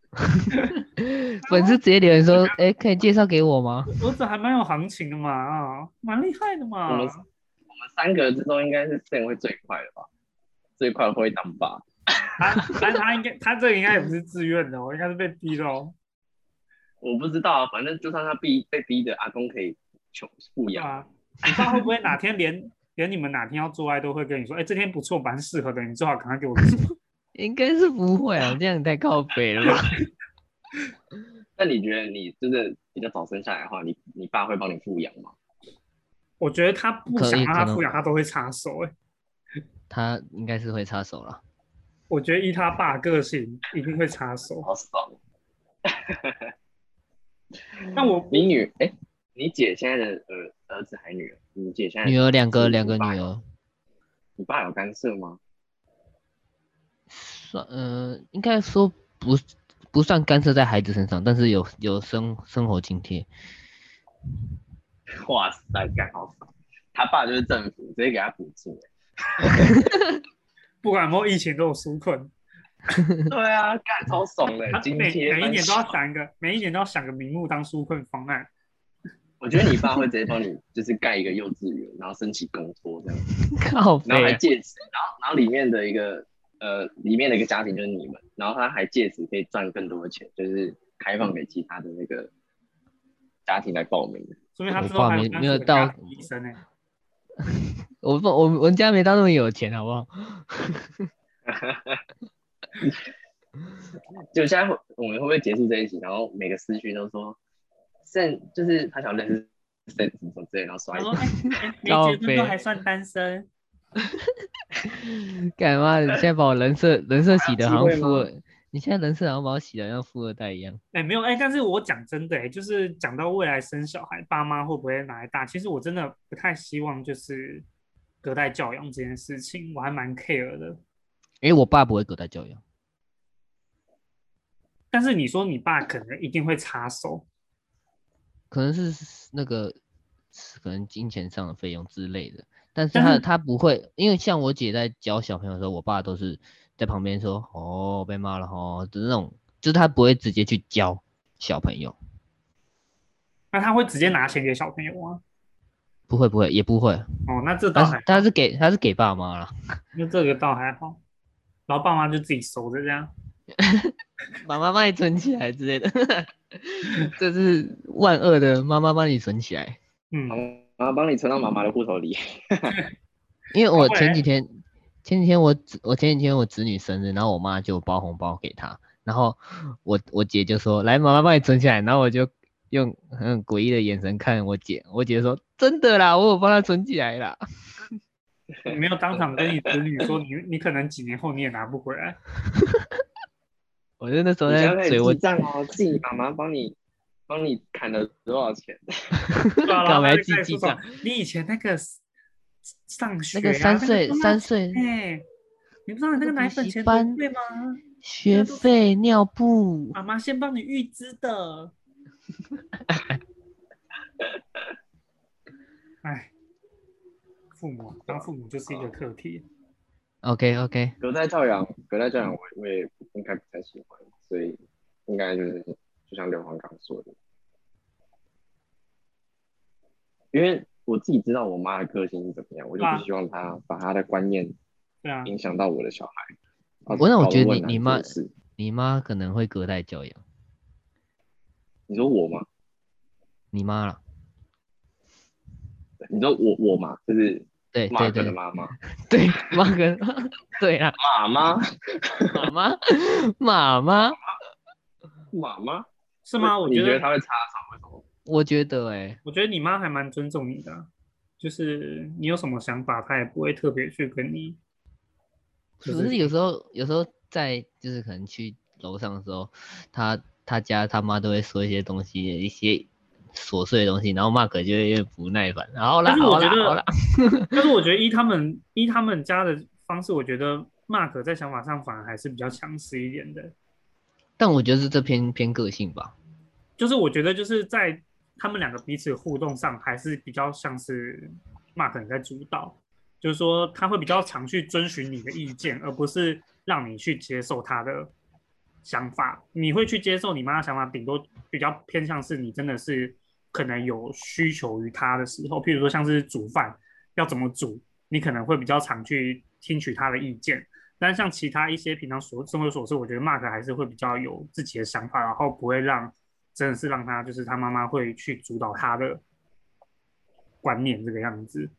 粉丝直接留言说：“哎、欸，可以介绍给我吗？” 儿子还蛮有行情的嘛，啊，蛮厉害的嘛。 我们我们三个之中应该是这人会最快的吧？最快会当爸。 他但他应该他这个应该也不是自愿的哦，应该是被逼的哦。 我不知道啊，反正就算他逼被逼的，阿公可以穷富养。 啊，你爸会不会哪天连连你们哪天要做爱都会跟你说，哎、欸，这天不错，蛮适合的，你最好赶快给我做。 应该是不会啊，这样太靠北了吧？ 那你觉得你真的比较早生下来的话，你你爸会帮你富养吗？ 我觉得他不想让他富养，他都会插手、欸。哎， 他应该是会插手了。 我觉得依他爸个性，一定会插手。 好爽。 那我你女哎、欸，你姐现在的儿儿子还女儿？你姐现在女儿两个两个女儿。 你爸有干涉吗？ 算呃，应该说不不算干涉在孩子身上，但是有有生生活津贴。 哇塞，干好爽！他爸就是政府，直接给他补助。 不管有没有疫情都有纾困。 对啊，干超爽的， 每每一年都要想一个，每一年都要想个名目当纾困方案。 我觉得你爸会直接帮你，就是盖一个幼稚园，然后申请公托这样子， 靠北啊， 然后还借此，然后然后里面的一个呃里面的一个家庭就是你们，然后他还借此可以赚更多的钱，就是开放给其他的那个家庭来报名的。 说明他之后还有没有到医生呢。 我我我们家没到那么有钱，好不好？ 就现在我们会不会结束这一集，然后每个私讯都说，甚就是他想认识甚什么之类，然后刷一下。 哎哎，没结婚都还算单身。 干嘛？你现在把我人设人设洗的好像富二，你现在人设好像把我洗的像富二代一样。 哎，没有哎，但是我讲真的哎，就是讲到未来生小孩，爸妈会不会拿来大？其实我真的不太希望就是隔代教养这件事情，我还蛮 care 的。 因为我爸不会隔代教养。 但是你说你爸可能一定会插手， 可能是那个可能金钱上的费用之类的，但是他他不会，因为像我姐在教小朋友的时候，我爸都是在旁边说哦被骂了哦的那种，就是他不会直接去教， 小朋友。 那他会直接拿钱给小朋友吗？ 不会不会也不会。 哦，那这倒还好， 他是给他是给爸妈啦。 那这个倒还好，然后爸妈就自己收着这样。 妈妈帮你存起来之类的，这是万恶的妈妈帮你存起来。 嗯， 妈妈帮你存到妈妈的户头里。 因为我前几天前几天我我前几天我侄女生日，然后我妈就包红包给她，然后我我姐就说来妈妈帮你存起来，然后我就用很诡异的眼神看我姐，我姐说真的啦，我有帮她存起来啦。 你没有当场跟你子女说你你可能几年后你也拿不回来。 我就那时候你在现在嘴我记账哦，自己妈妈帮你帮你砍了多少钱？ 干嘛记记账？ 你以前那个上学、啊、 那个三岁三岁， 哎，你不知道你那个奶粉钱多贵吗？ 学费、尿布， 妈妈先帮你预支的。哎，父母当父母就是一个课题。 OK OK， 隔代教养，隔代教养我我也应该不太喜欢，所以应该就是就像刘皇刚说的，因为我自己知道我妈的个性是怎么样，我就不希望她把她的观念影响到我的小孩。 我、啊、那我觉得你你妈你妈可能会隔代教养。 你说我吗？ 你妈啦。 你说我我嘛，就是对马哥的妈妈。 对，马哥，对啦， 妈妈， 妈妈，妈妈， 妈妈是吗？我觉得你觉得他会插手？为什么？ 我觉得哎、欸， 我觉得你妈还蛮尊重你的，就是你有什么想法，她也不会特别去跟你。 可是有时候，有时候在就是可能去楼上的时候，他他家他妈都会说一些东西，一些琐碎的东西，然后 Mark 就会有点不耐烦。好啦，好啦，好啦。 但是我觉得依他们依他们家的方式，我觉得 Mark 在想法上反而还是比较强势一点的。 但我觉得是这偏偏个性吧。 就是我觉得就是在他们两个彼此互动上，还是比较像是 Mark 在主导。就是说，他会比较常去遵循你的意见，而不是让你去接受他的想法。你会去接受你妈的想法，顶多比较偏向是你真的是可能有需求于他的时候，譬如说像是煮饭要怎么煮，你可能会比较常去听取他的意见。但像其他一些平常所生活琐事，我觉得 Mark 还是会比较有自己的想法，然后不会让真的是让他就是他妈妈会去主导他的观念这个样子。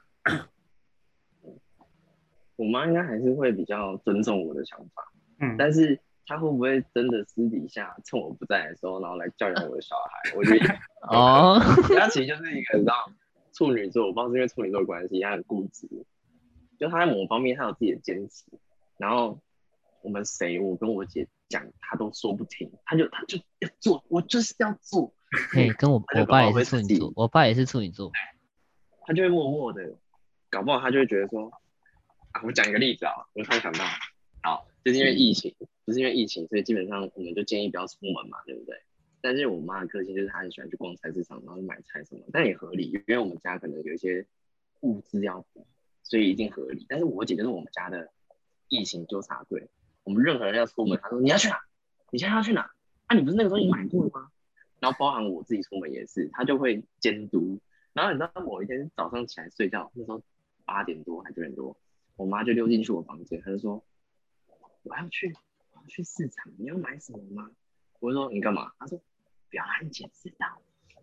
我妈应该还是会比较尊重我的想法， 嗯， 但是她会不会真的私底下趁我不在的时候，然后来教养我的小孩？我觉得哦，她其实就是一个你知道处女座，我不知道是因为处女座的关系，她很固执，就她在某方面她有自己的坚持，然后我们谁我跟我姐讲，她都说不听，她就她就要做，我就是要做。 嘿，跟我我爸也是处女座，我爸也是处女座， 他就会默默的，搞不好他就会觉得说。啊，我讲一个例子啊，我突然想到，好，就是因为疫情，就是因为疫情，所以基本上我们就建议不要出门嘛，对不对？但是我妈的个性就是她很喜欢去逛菜市场，然后买菜什么，但也合理，因为我们家可能有一些物资要补，所以一定合理。但是我姐就是我们家的疫情纠察队，我们任何人要出门，她说你要去哪？你现在要去哪？啊，你不是那个时候你买过了吗？然后包含我自己出门也是，她就会监督。然后你知道某一天早上起来睡觉，那时候八点多还九点多。我妈就溜进去我房间，她就说：“我要去，我要去市场，你要买什么吗？”我就说：“你干嘛？”她说：“不要让你姐知道。”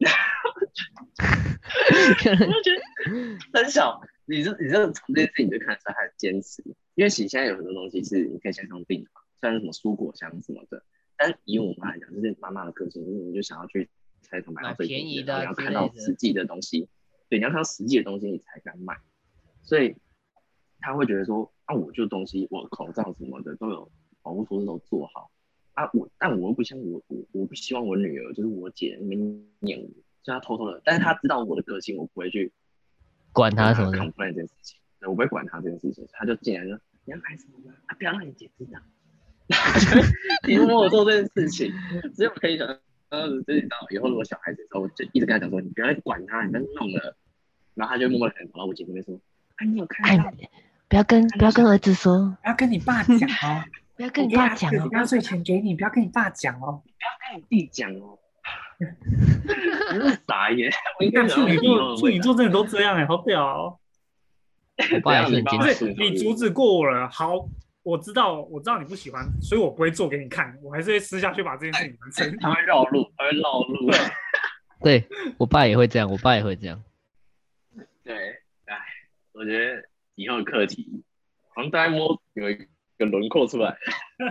我就觉得很小，你这你这从这件事情就看出来她的坚持，因为其实现在有很多东西是你可以线上订的嘛，像是什么蔬果箱什么的，但以我妈来讲，就是妈妈的个性，就是你就想要去菜市场买到最便宜的，你要看到实际的东西，对，你要看到实际的东西你才敢买，所以。他会觉得说，啊，我就东西，我口罩什么的都有保护措施都做好，啊，我，但我又不像我，我我不希望我女儿就是我姐那边念我，所以她偷偷的，但是她知道我的个性，我不会去管她什么的 complain 这件事情，我不会管她这件事情，她就进来说你要买什么吗？啊，不要让你姐知道，你默默做这件事情，所以我可以想，呃，就你知道，以后如果小孩子的时候，我就一直跟他讲说，你不要管他，你不要弄了，然后他就默默的跑到我姐那边说，啊，你有看到？ 不要跟不要跟儿子说， 不要跟你爸讲哦， 不要跟你爸讲哦， 压岁钱给你，不要跟你爸讲哦， 不要跟我弟讲哦，真是傻眼。我应该看处女座，处女座座真的都这样哎、好屌哦！ 我爸也是很坚不持。 是你阻止过我了，好，我知道，我知道你不喜欢，所以我不会做给你看，我还是会私下去把这件事情完成。 他会绕路，他会绕路。 对我爸也会这样，我爸也会这样。 对，哎，我觉得以后的课题好像大概摸有一个轮廓出来。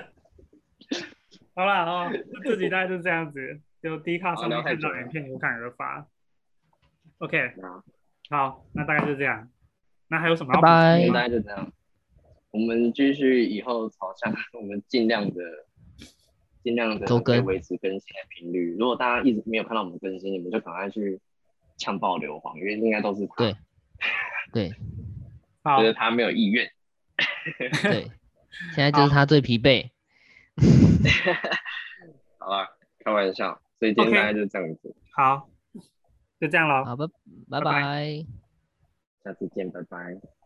好啦，好啦，这集大概就是这样子，就 D 卡上面聊太久了看到影片有感而发。OK， 那好，那大概就这样。那还有什么拜要补充拜今天大的吗？ 概就这样。我们继续以后朝向，我们尽量的、尽量的周更可以维持更新的频率。如果大家一直没有看到我们更新，你们就赶快去呛爆硫磺，因为应该都是他， 对对好就，是他没有意愿。 对，现在就是他最疲惫。 好吧，开玩笑。所以今天大概 OK， 就这样子， 好，就这样咯。 好，拜拜拜拜拜。 下次见，拜拜。